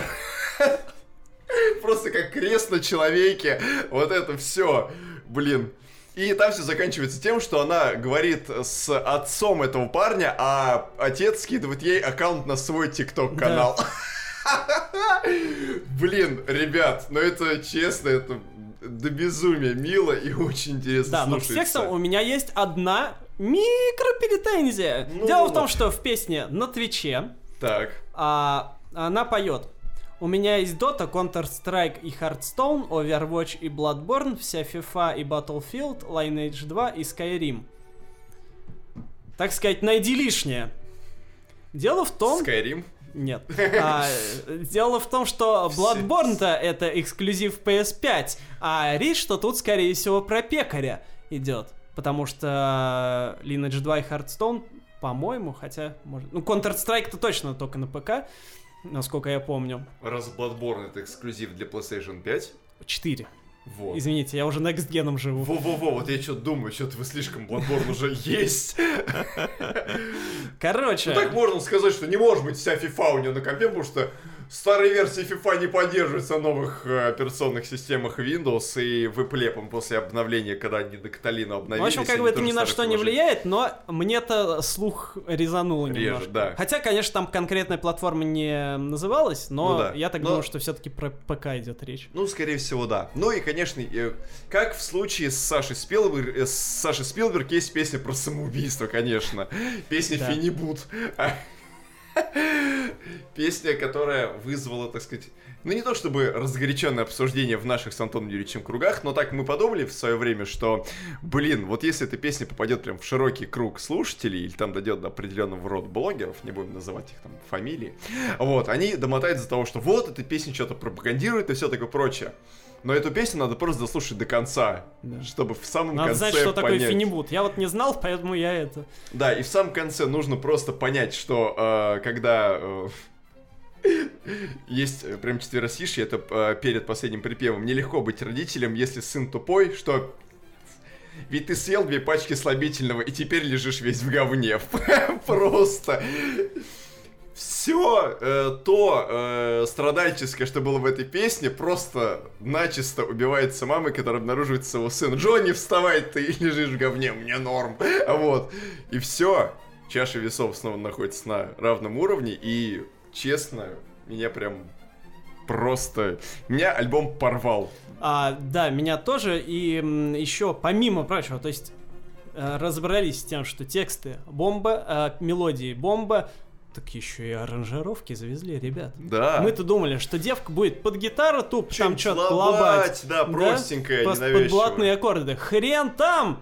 Просто как крест на человеке. Вот это все. Блин. И там все заканчивается тем, что она говорит с отцом этого парня, а отец скидывает ей аккаунт на свой тикток-канал. Да. Блин, ребят, ну это честно, это до безумия мило и очень интересно да, слушается. Но с текстом у меня есть одна микропретензия. Ну, Дело вот. в том, что в песне на Твиче так. а, она поет: у меня есть Dota, Counter-Strike и Hearthstone, Overwatch и Bloodborne, вся FIFA и Battlefield, Lineage два и Skyrim. Так сказать, найди лишнее. Дело в том... Skyrim? Нет. А, дело в том, что Bloodborne-то это эксклюзив пи эс пять, а речь, что тут, скорее всего, про пекаря идет. Потому что Lineage два и Hearthstone, по-моему, хотя, может... Ну, Counter-Strike-то точно только на ПК, насколько я помню. Раз Bloodborne — это эксклюзив для PlayStation пять. четыре. Вот. Извините, я уже next геном живу. Во-во-во, вот я что-то думаю, что-то вы слишком Bloodborne уже есть. Короче. Ну так можно сказать, что не может быть вся FIFA у нее на компе, потому что старые версии FIFA не поддерживаются на новых э, операционных системах Windows, и в Apple после обновления, когда они до Каталина обновились... В общем, как бы это ни на что не влияет, но мне-то слух резануло Реже, немножко. да. Хотя, конечно, там конкретная платформа не называлась, но ну, да. я так но... думаю, что все-таки про ПК идет речь. Ну, скорее всего, да. Ну и, конечно, э, как в случае с Сашей Спилберг, э, с Сашей Спилберг есть песня про самоубийство, конечно. Песня Да. «Финибут». Песня, которая вызвала, так сказать, ну не то чтобы разгоряченное обсуждение в наших с Антоном Юрьевичем кругах, но так мы подумали в свое время, что, блин, вот если эта песня попадет прям в широкий круг слушателей, или там дойдет до определенного рода блогеров, не будем называть их там фамилии, вот, они домотают из-за того, что вот, эта песня что-то пропагандирует и все такое прочее. Но эту песню надо просто дослушать до конца, да. чтобы в самом надо конце знать, что понять... такое фенибут. Я вот не знал, поэтому я это... Да, и в самом конце нужно просто понять, что э, когда... Э, есть прям четверостишье, это э, перед последним припевом. Нелегко быть родителем, если сын тупой, что... Ведь ты съел две пачки слабительного и теперь лежишь весь в говне. Просто... Все э, то э, страдальческое, что было в этой песне, просто начисто убивается мамой, которая обнаруживает своего сына. Джонни, вставай, ты лежишь в говне, мне норм. Вот. И все. Чаша весов снова находится на равном уровне. И, честно, меня прям просто... Меня альбом порвал. А, да, меня тоже. И м, еще, помимо прочего, то есть э, разобрались с тем, что тексты бомба, э, мелодии бомба, так еще и аранжировки завезли, ребят. Да. Мы-то думали, что девка будет под гитару туп, там что-то лобать, лобать. да, простенькая, да? Ненавязчивая. Под блатные аккорды. Хрен там!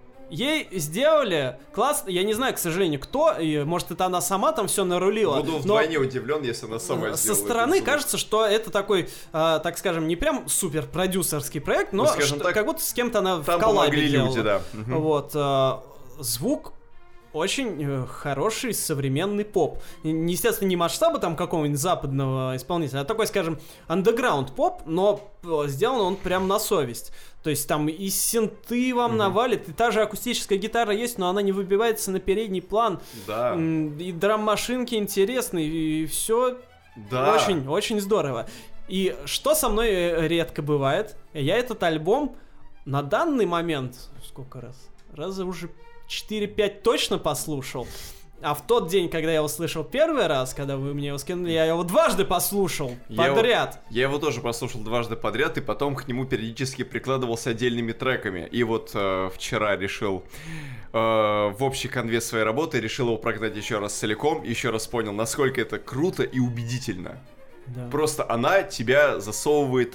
Ей сделали класс, я не знаю, к сожалению, кто, и, может, это она сама там все нарулила. Буду вдвойне удивлен, если она сама сделала. Со стороны кажется, что это такой, э, так скажем, не прям супер продюсерский проект, но ну, что, так, как будто с кем-то она там в коллабе делала. Люди, да. Угу. Вот, э, звук очень э, хороший современный поп. Естественно, не масштаба там какого-нибудь западного исполнителя, а такой, скажем, андеграунд поп, но сделан он прям на совесть. То есть там и синты вам mm-hmm. навалит, и та же акустическая гитара есть, но она не выбивается на передний план. Да. И драм-машинки интересные, и все да. очень, очень здорово. И что со мной редко бывает, я этот альбом на данный момент, сколько раз? Раза уже четыре-пять точно послушал. А в тот день, когда я его слышал первый раз, когда вы мне его скинули, я его дважды послушал я подряд. Его, я его тоже послушал дважды подряд, и потом к нему периодически прикладывался отдельными треками. И вот э, вчера решил э, в общей конве своей работы, решил его прогнать еще раз целиком, еще раз понял, насколько это круто и убедительно. Да. Просто она тебя засовывает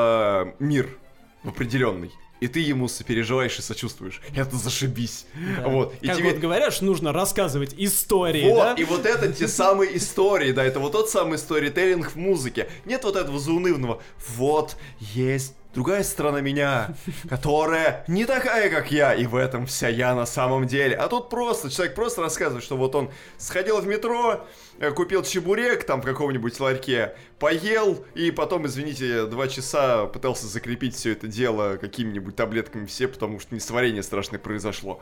в мир, в определенный. И ты ему сопереживаешь и сочувствуешь. Это зашибись. Да. Вот. И как тебе... вот говорят, что нужно рассказывать истории, вот, да? И вот это те самые истории, да, это вот тот самый сторителлинг в музыке. Нет вот этого заунывного. Вот, есть другая сторона меня, которая не такая, как я, и в этом вся я на самом деле. А тут просто, человек просто рассказывает, что вот он сходил в метро, купил чебурек там в каком-нибудь ларьке, поел, и потом, извините, два часа пытался закрепить все это дело какими-нибудь таблетками все, потому что несварение страшное произошло.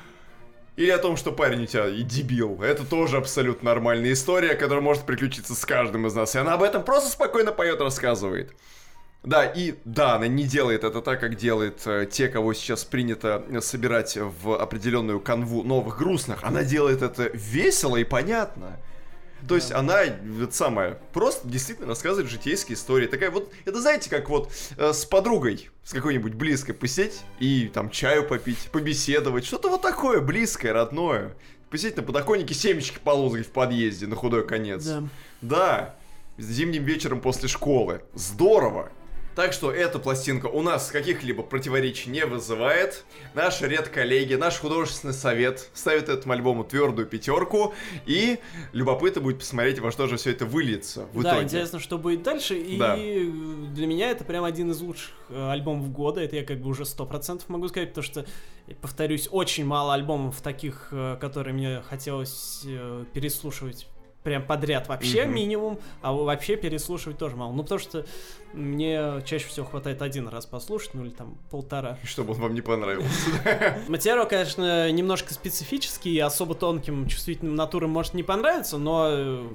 Или о том, что парень у тебя и дебил. Это тоже абсолютно нормальная история, которая может приключиться с каждым из нас. И она об этом просто спокойно поет, рассказывает. Да, и да, она не делает это так, как делает э, те, кого сейчас принято собирать в определенную канву новых грустных. Она делает это весело и понятно. То да. есть она, вот самое, просто действительно рассказывает житейские истории. Такая вот, это знаете, как вот э, с подругой, с какой-нибудь близкой посидеть и там чаю попить, побеседовать. Что-то вот такое близкое, родное. Посидеть на подоконнике, семечки полузать в подъезде на худой конец. Да. Да, зимним вечером после школы. Здорово. Так что эта пластинка у нас каких-либо противоречий не вызывает. Наш редколлеги, наш художественный совет ставит этому альбому твердую пятерку. И любопытно будет посмотреть, во что же все это выльется в да, итоге. Интересно, что будет дальше. И да. для меня это прям один из лучших альбомов года. Это я как бы уже сто процентов могу сказать, потому что, повторюсь, очень мало альбомов таких, которые мне хотелось переслушивать прям подряд вообще mm-hmm. минимум, а вообще переслушивать тоже мало. Ну, потому что мне чаще всего хватает один раз послушать, ну или там полтора. Чтобы он вам не понравился. Материал, конечно, немножко специфический, особо тонким, чувствительным натурам может не понравиться, но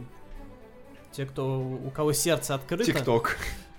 те, кто, у кого сердце открыто... Тик-ток.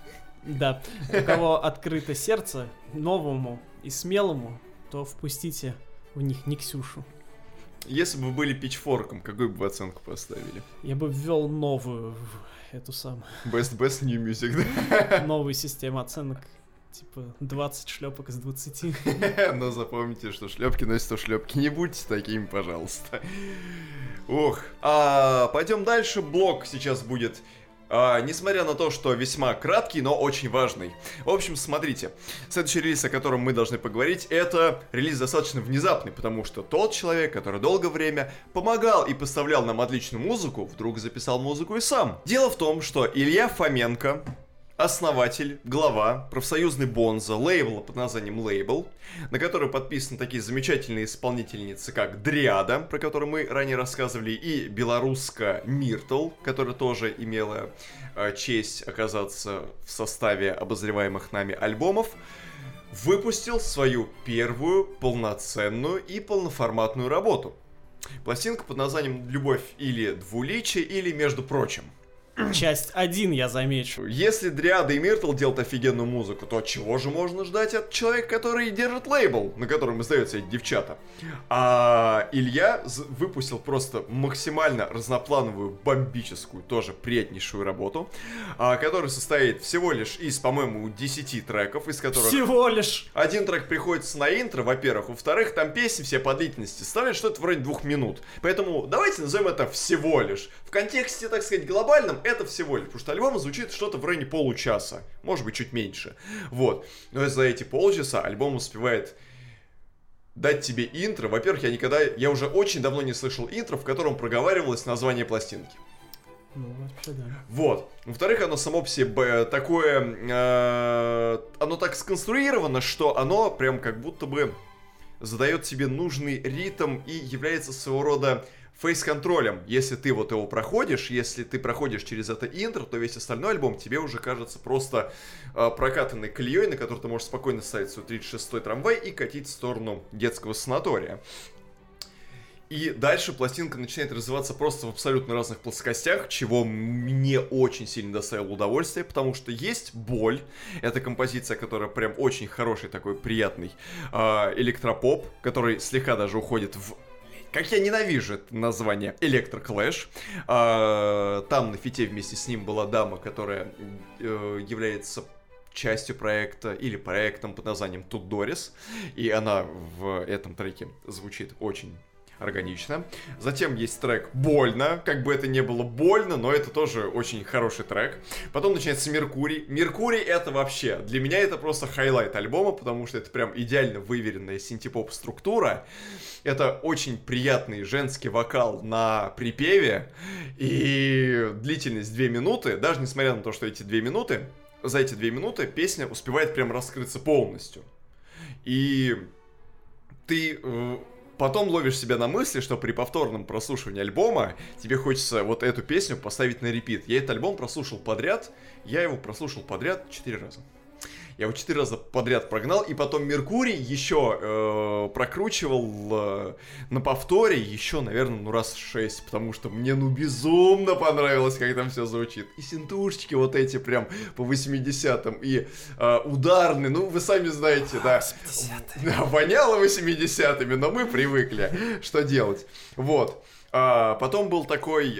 Да, у кого открыто сердце новому и смелому, то впустите в них Никсюшу. Если бы вы были питчфорком, какую бы вы оценку поставили? Я бы ввел новую, эту самую... Best Best New Music, да? Новую систему оценок, типа двадцать шлепок из двадцати. Но запомните, что шлепки носят, то шлепки. Не будьте такими, пожалуйста. Ох. А, пойдем дальше. Блок сейчас будет А, несмотря на то, что весьма краткий, но очень важный. В общем, смотрите, следующий релиз, о котором мы должны поговорить, это релиз достаточно внезапный, потому что тот человек, который долгое время помогал и поставлял нам отличную музыку, вдруг записал музыку и сам. Дело в том, что Илья Фоменко, основатель, глава, профсоюзный бонза, лейбла под названием Label, на который подписаны такие замечательные исполнительницы, как Дриада, про которую мы ранее рассказывали, и белоруска Миртл, которая тоже имела э, честь оказаться в составе обозреваемых нами альбомов, выпустил свою первую полноценную и полноформатную работу. Пластинка под названием «Любовь или двуличие» или «Между прочим». Часть один, я замечу. Если Дриада и Миртл делают офигенную музыку, то чего же можно ждать от человека, который держит лейбл, на котором издаются эти девчата? А Илья выпустил просто максимально разноплановую, бомбическую, тоже приятнейшую работу, которая состоит всего лишь из, по-моему, десяти треков, из которых... Всего лишь! Один трек приходится на интро, во-первых. Во-вторых, там песни все по длительности ставят что-то вроде двух минут. Поэтому давайте назовем это всего лишь. В контексте, так сказать, глобальном, это всего лишь, потому что альбом звучит что-то в районе получаса, может быть, чуть меньше. Вот. Но за эти полчаса альбом успевает дать тебе интро. Во-первых, я никогда, я уже очень давно не слышал интро, в котором проговаривалось название пластинки. Ну, вообще, да. Вот. Во-вторых, оно само по себе такое, э, оно так сконструировано, что оно прям как будто бы задает тебе нужный ритм и является своего рода фейс-контролем. Если ты вот его проходишь, если ты проходишь через это интро, то весь остальной альбом тебе уже кажется просто э, прокатанной колеей, на которой ты можешь спокойно ставить свой тридцать шестой трамвай и катить в сторону детского санатория. И дальше пластинка начинает развиваться просто в абсолютно разных плоскостях, чего мне очень сильно доставило удовольствие, потому что есть боль. Это композиция, которая прям очень хороший, такой приятный э, электропоп, который слегка даже уходит в... Как я ненавижу это название, Электроклэш. А, там на фите вместе с ним была дама, которая э, является частью проекта или проектом под названием Тудорис. И она в этом треке звучит очень органично. Затем есть трек «Больно», как бы это ни было больно, но это тоже очень хороший трек. Потом начинается «Меркурий». «Меркурий» — это вообще, для меня это просто хайлайт альбома, потому что это прям идеально выверенная синтепоп структура. Это очень приятный женский вокал на припеве, и длительность две минуты, даже несмотря на то, что эти две минуты, за эти две минуты песня успевает прям раскрыться полностью. И ты... Потом ловишь себя на мысли, что при повторном прослушивании альбома тебе хочется вот эту песню поставить на репит. Я этот альбом прослушал подряд, я его прослушал подряд четыре раза. Я его четыре раза подряд прогнал, и потом «Меркурий» еще э, прокручивал э, на повторе еще, наверное, ну раз шесть, потому что мне ну безумно понравилось, как там все звучит. И синтушечки вот эти прям по восьмидесятым, и э, ударные, ну вы сами знаете, да. восьмидесятые. Да, воняло восьмидесятыми, но мы привыкли, что делать. Вот. А, потом был такой,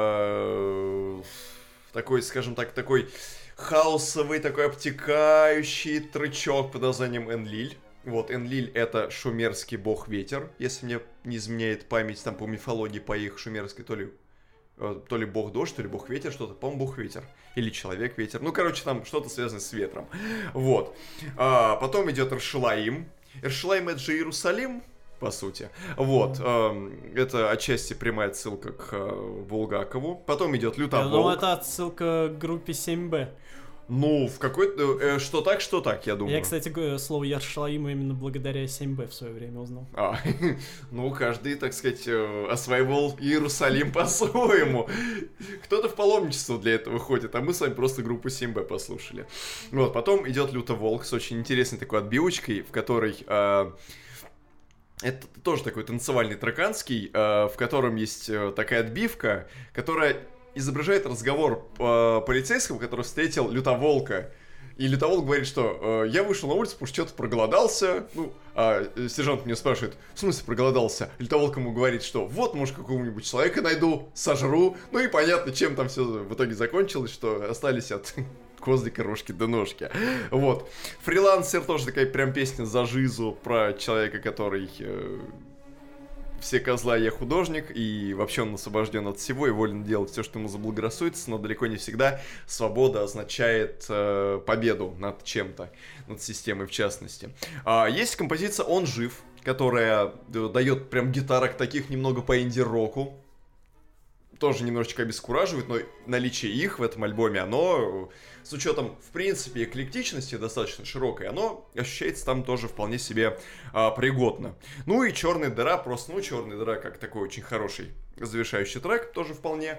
э, такой, скажем так, такой... хаосовый, такой обтекающий тречок под названием Энлиль. Вот, Энлиль — это шумерский бог-ветер, если мне не изменяет память, там по мифологии, по их шумерской, то ли, то ли бог-дождь, то ли бог-ветер, что-то, по-моему, бог-ветер. Или человек-ветер. Ну, короче, там что-то связанное с ветром. Вот. А, потом идет Эршалаим. Эршалаим — это же Иерусалим, по сути. Вот. Mm-hmm. э, это отчасти прямая отсылка к э, Булгакову. Потом идет Лютоволк. Ну, это отсылка к группе семь бэ. Ну, в какой-то... Э, что так, что так, я думаю. Я, кстати, слово Ершалаима именно благодаря семь бэ в свое время узнал. А, ну, каждый, так сказать, осваивал Иерусалим по-своему. Кто-то в паломничество для этого ходит, а мы с вами просто группу семь бэ послушали. Вот, потом идет Лютоволк с очень интересной такой отбивочкой, в которой... Э, это тоже такой танцевальный траканский, э, в котором есть э, такая отбивка, которая изображает разговор э, полицейского, который встретил Лютоволка. И Лютоволк говорит, что э, я вышел на улицу, потому что что-то проголодался. Ну, а сержант меня спрашивает, в смысле проголодался? Лютоволк ему говорит, что вот, может, какого-нибудь человека найду, сожру. Ну и понятно, чем там все в итоге закончилось, что остались от... козлика, рожки до ножки. Вот. «Фрилансер» тоже такая прям песня за жизу про человека, который э, все козла, я художник, и вообще он освобожден от всего и волен делать все, что ему заблагорассудится, но далеко не всегда свобода означает э, победу над чем-то, над системой в частности. А, есть композиция «Он жив», которая дает прям гитарок таких немного по инди-року, тоже немножечко обескураживает, но наличие их в этом альбоме, оно, с учетом, в принципе, эклектичности достаточно широкой, оно ощущается там тоже вполне себе а, пригодно. Ну и «Черная дыра», просто, ну, «Черная дыра» как такой очень хороший завершающий трек, тоже вполне.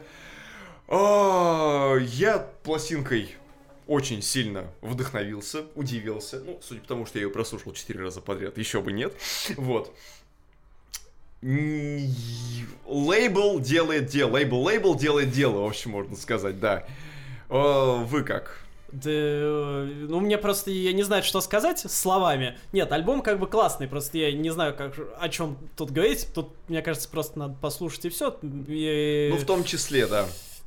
А, я пластинкой очень сильно вдохновился, удивился, ну, судя по тому, что я ее прослушал четыре раза подряд, еще бы нет, вот. Лейбл делает дело, лейбл, лейбл делает дело, в общем, можно сказать, да. О, вы как? Да, ну, мне просто, я не знаю, что сказать словами. Нет, альбом как бы классный, просто я не знаю, как, о чем тут говорить. Тут, мне кажется, просто надо послушать и все. И... Ну, в том числе, да.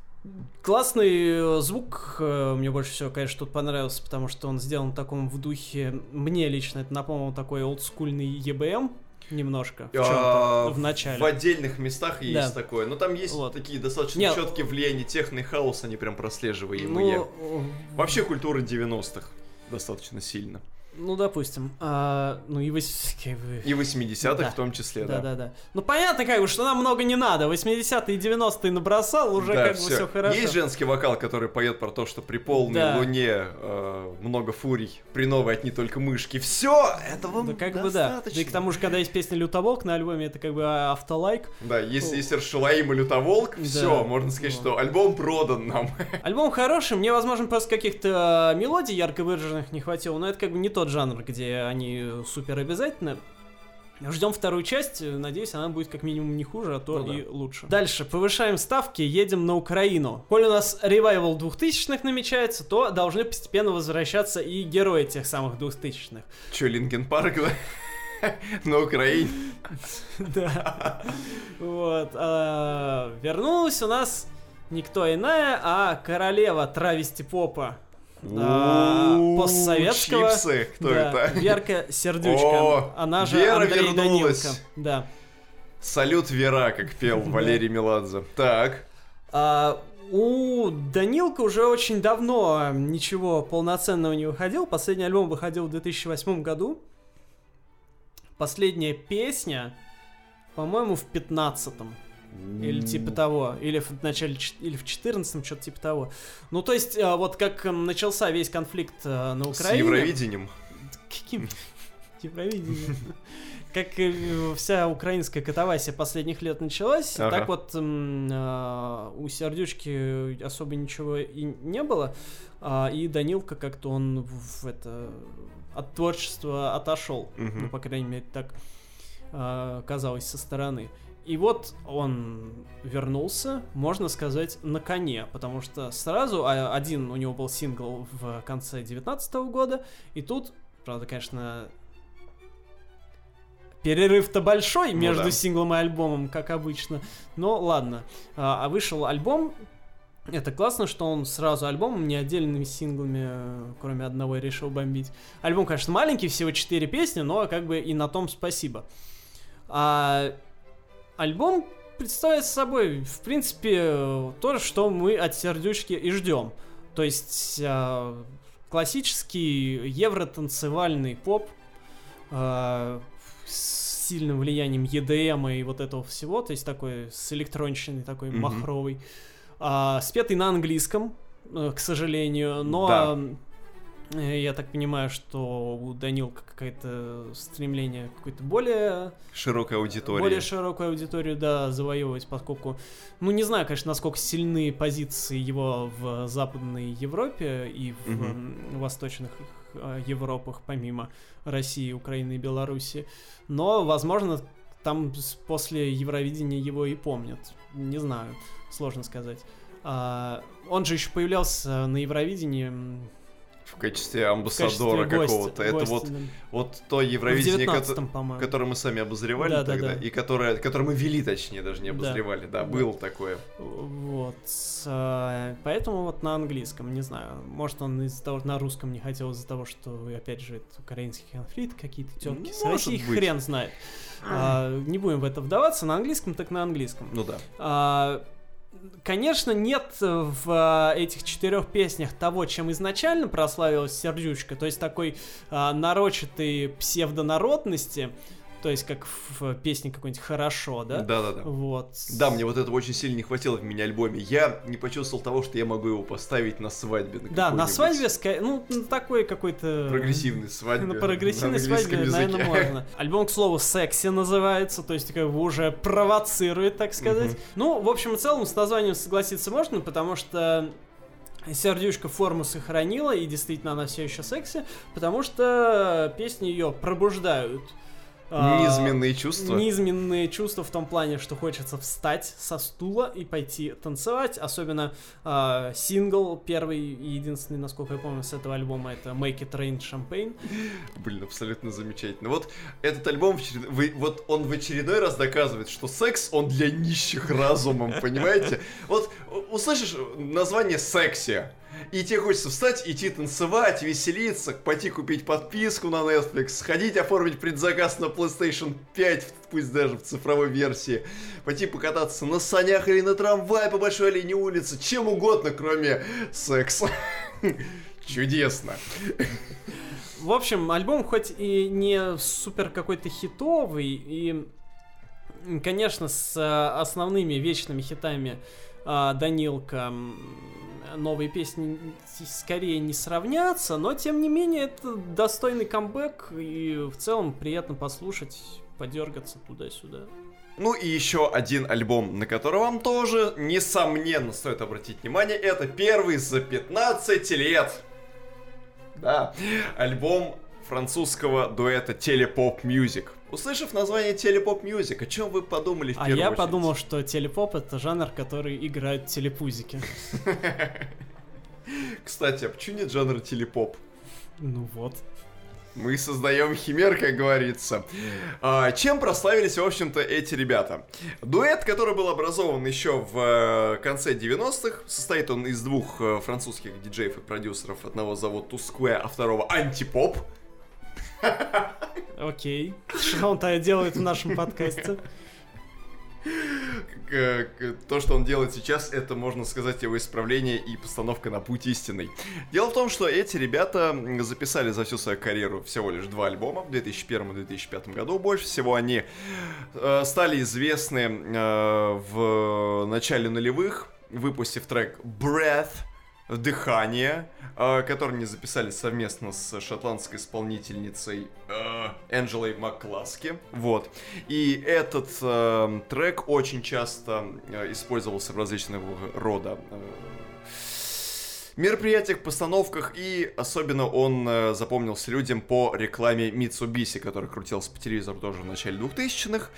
Классный звук, мне больше всего, конечно, тут понравился, потому что он сделан в таком в духе, мне лично это напомнил такой олдскульный и би эм. Немножко, в чем-то, а, в начале. В отдельных местах есть да. такое, но там есть вот. Такие достаточно Нет. четкие влияния техно и хаоса, они прям прослеживаемые. Ну, вообще культура девяностых достаточно сильно. Ну, допустим. А, ну и, вось... и восьмидесятых да. в том числе, да. Да, да, да. Ну, понятно, как бы, что нам много не надо. восьмидесятые и девяностые набросал, уже да, как все. бы все хорошо. Есть женский вокал, который поет про то, что при полной да. луне э, много фурий, при новой одни только мышки. Все, этого да, как достаточно. Бы да. Да и к тому же, когда есть песня «Лютоволк» на альбоме, это как бы автолайк. Да, если есть Эршалаим и Лютоволк, да. все, можно сказать, да. что альбом продан нам. Альбом хороший, мне, возможно, просто каких-то мелодий ярко выраженных не хватило, но это как бы не тот жанр, где они супер обязательно. Ждем вторую часть, надеюсь, она будет как минимум не хуже, а то ну, и да. лучше. Дальше, повышаем ставки, едем на Украину. Коль у нас ревайвал двухтысячных намечается, то должны постепенно возвращаться и герои тех самых двухтысячных. Че, Линкин Парк, да? На Украине? Да. Вот. Вернулась у нас никто иная, а королева травести-попа. А, постсоветского. Чипсы, кто да, это? Верка Сердючка. О, она же Вера Андрей вернулась. Данилко. Да. Салют, Вера, как пел Валерий Меладзе. Так. А, у Данилка уже очень давно ничего полноценного не выходил. Последний альбом выходил в две тысячи восьмом году. Последняя песня, по-моему, в пятнадцатом. Или типа того, или в начале, или в четырнадцатом, что-то типа того. Ну, то есть, вот как начался весь конфликт на Украине... С Евровидением? Каким Евровидением? Как вся украинская катавасия последних лет началась, так вот у Сердючки особо ничего и не было, и Данилка как-то он в это от творчества отошел, ну, по крайней мере, так казалось со стороны. И вот он вернулся, можно сказать, на коне, потому что сразу один у него был сингл в конце девятнадцатого года, и тут, правда, конечно, перерыв-то большой ну между да. синглом и альбомом, как обычно, но ладно. А вышел альбом, это классно, что он сразу альбомом, не отдельными синглами, кроме одного, решил бомбить. Альбом, конечно, маленький, всего четыре песни, но как бы и на том спасибо. А... Альбом представляет собой, в принципе, то, что мы от Сердючки и ждем. То есть э, классический евротанцевальный поп э, с сильным влиянием и ди эм и вот этого всего, то есть такой с электронщиной, такой mm-hmm. махровый, э, спетый на английском, э, к сожалению, но... Да. Я так понимаю, что у Данилка какое-то стремление какой-то более... Широкой аудитории. Более широкую аудиторию, да, завоевывать, поскольку... Ну, не знаю, конечно, насколько сильны позиции его в Западной Европе и в mm-hmm. восточных Европах, помимо России, Украины и Беларуси. Но, возможно, там после Евровидения его и помнят. Не знаю, сложно сказать. Он же еще появлялся на Евровидении... В качестве амбассадора в качестве какого-то. гостя, Это гостя, вот, да. вот то Евровидение, ко- по-моему. которое мы сами обозревали Да, да, тогда, да. и которое, которое мы вели, точнее, даже не Да. обозревали. Да, Да. было такое. Вот. а, Поэтому вот на английском, не знаю, может он из-за того, что на русском не хотел из-за того, что, опять же, это украинский конфликт, какие-то тетки с Может Россией, быть. хрен знает. А, не будем в это вдаваться, на английском так на английском. Ну да. А, Конечно, нет в а, этих четырех песнях того, чем изначально прославилась Сердючка, то есть такой а, нарочатой псевдонародности, то есть как в песне какой-нибудь «Хорошо», да? Да-да-да. Вот. Да, мне вот этого очень сильно не хватило в мини-альбоме. Я не почувствовал того, что я могу его поставить на свадьбе. На Да, на какой-нибудь свадьбе, ска- ну, на такой какой-то... Прогрессивной свадьбе. На прогрессивной на английском свадьбе, языке. наверное, можно. Альбом, к слову, «Секси» называется, то есть как бы уже провоцирует, так сказать. Мгм. Ну, в общем и целом, с названием согласиться можно, потому что Сердючка форму сохранила, и действительно она все еще секси, потому что песни ее пробуждают а, Низменные чувства. Низменные чувства в том плане, что хочется встать со стула и пойти танцевать. Особенно а, сингл, первый и единственный, насколько я помню, с этого альбома, это Make It Rain Champagne. Блин, абсолютно замечательно. Вот этот альбом, в черед- вы- вот он в очередной раз доказывает, что секс, он для нищих разумом, понимаете? Вот у- услышишь название «секси», и тебе хочется встать, идти танцевать, веселиться, пойти купить подписку на Netflix, сходить оформить предзаказ на PlayStation пять, пусть даже в цифровой версии, пойти покататься на санях или на трамвае по большой оленей улице, чем угодно, кроме секса. Чудесно. В общем, альбом хоть и не супер какой-то хитовый, и, конечно, с а, основными вечными хитами а, Данилка м, новые песни скорее не сравнятся, но, тем не менее, это достойный камбэк, и в целом приятно послушать, подергаться туда-сюда. Ну и еще один альбом, на который вам тоже, несомненно, стоит обратить внимание, это первый за пятнадцать лет. Да, альбом французского дуэта Телепоп Music. Услышав название Телепоп Music, о чем вы подумали в А первую я очередь? подумал, что телепоп — это жанр, который играют телепузики. Кстати, а почему нет жанра телепоп? Ну вот. Мы создаем химер, как говорится. А, чем прославились, в общем-то, эти ребята? Дуэт, который был образован еще в э, конце девяностых. Состоит он из двух э, французских диджеев и продюсеров. Одного зовут Тускве, а второго Антипоп. Окей. Что он-то делает в нашем подкасте? К- к- То, что он делает сейчас, это, можно сказать, его исправление и постановка на путь истинный. Дело в том, что эти ребята м, записали за всю свою карьеру всего лишь два альбома в две тысячи первом и две тысячи пятом году. Больше всего они э, стали известны э, в начале нулевых, выпустив трек Breath, Дыхание, э, который они записали совместно с шотландской исполнительницей э, Энджелой Маккласки. Вот. И этот э, трек очень часто э, использовался в различного рода э, мероприятиях, постановках, и особенно он э, запомнился людям по рекламе Mitsubishi, которая крутилась по телевизору тоже в начале двухтысячных.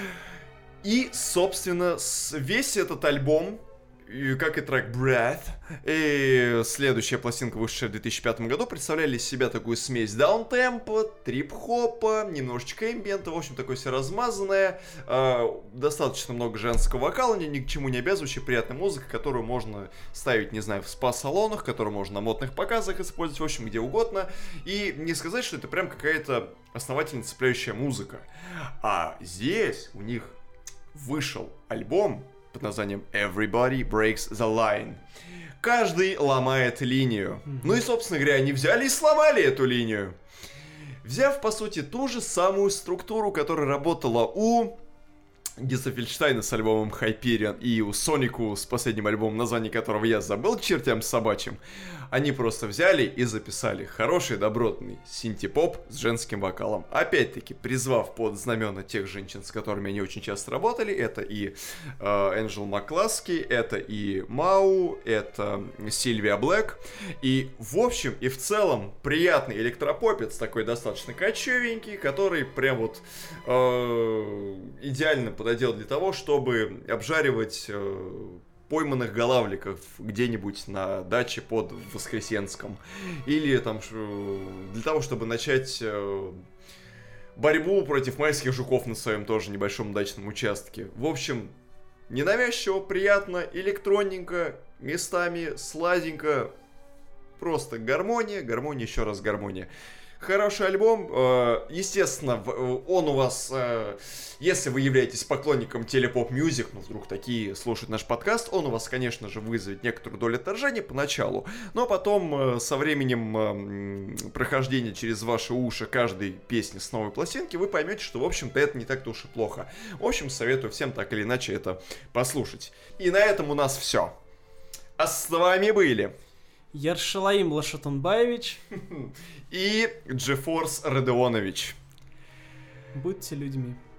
И, собственно, с- весь этот альбом, и как и трек Breath, и следующая пластинка, вышедшая в две тысячи пятом году, представляли из себя такую смесь даунтемпа, трип-хопа, немножечко эмбиента, в общем, такое все размазанное, э, достаточно много женского вокала, ни, ни к чему не обязывающая, приятная музыка, которую можно ставить, не знаю, в спа-салонах, которую можно на модных показах использовать, в общем, где угодно, и не сказать, что это прям какая-то основательно цепляющая музыка. А здесь у них вышел альбом под названием Everybody Breaks the Line. Каждый ломает линию. Mm-hmm. Ну и, собственно говоря, они взяли и сломали эту линию. Взяв, по сути, ту же самую структуру, которая работала у Гиза Фельдштейна с альбомом Hyperion и у Сонику с последним альбомом, название которого я забыл к чертям собачьим, они просто взяли и записали хороший, добротный синти-поп с женским вокалом. Опять-таки, призвав под знамена тех женщин, с которыми они очень часто работали, это и Энджел Макласки, это и Мау, это Сильвия Блэк. И в общем и в целом приятный электропопец, такой достаточно кочевенький, который прям вот э, идеально подойдет для того, чтобы обжаривать э, пойманных голавликов где-нибудь на даче под Воскресенском. Или там для того, чтобы начать борьбу против майских жуков на своем тоже небольшом дачном участке. В общем, ненавязчиво, приятно, электронненько, местами сладенько. Просто гармония, гармония, еще раз гармония. Хороший альбом, естественно, он у вас, если вы являетесь поклонником телепоп-мьюзик, ну вдруг такие слушают наш подкаст, он у вас, конечно же, вызовет некоторую долю отторжения поначалу, но потом со временем прохождения через ваши уши каждой песни с новой пластинки вы поймете, что, в общем-то, это не так-то уж и плохо. В общем, советую всем так или иначе это послушать. И на этом у нас все. А с вами были... Яршалаим Лашатунбаевич и Джефорс Родионович. Будьте людьми.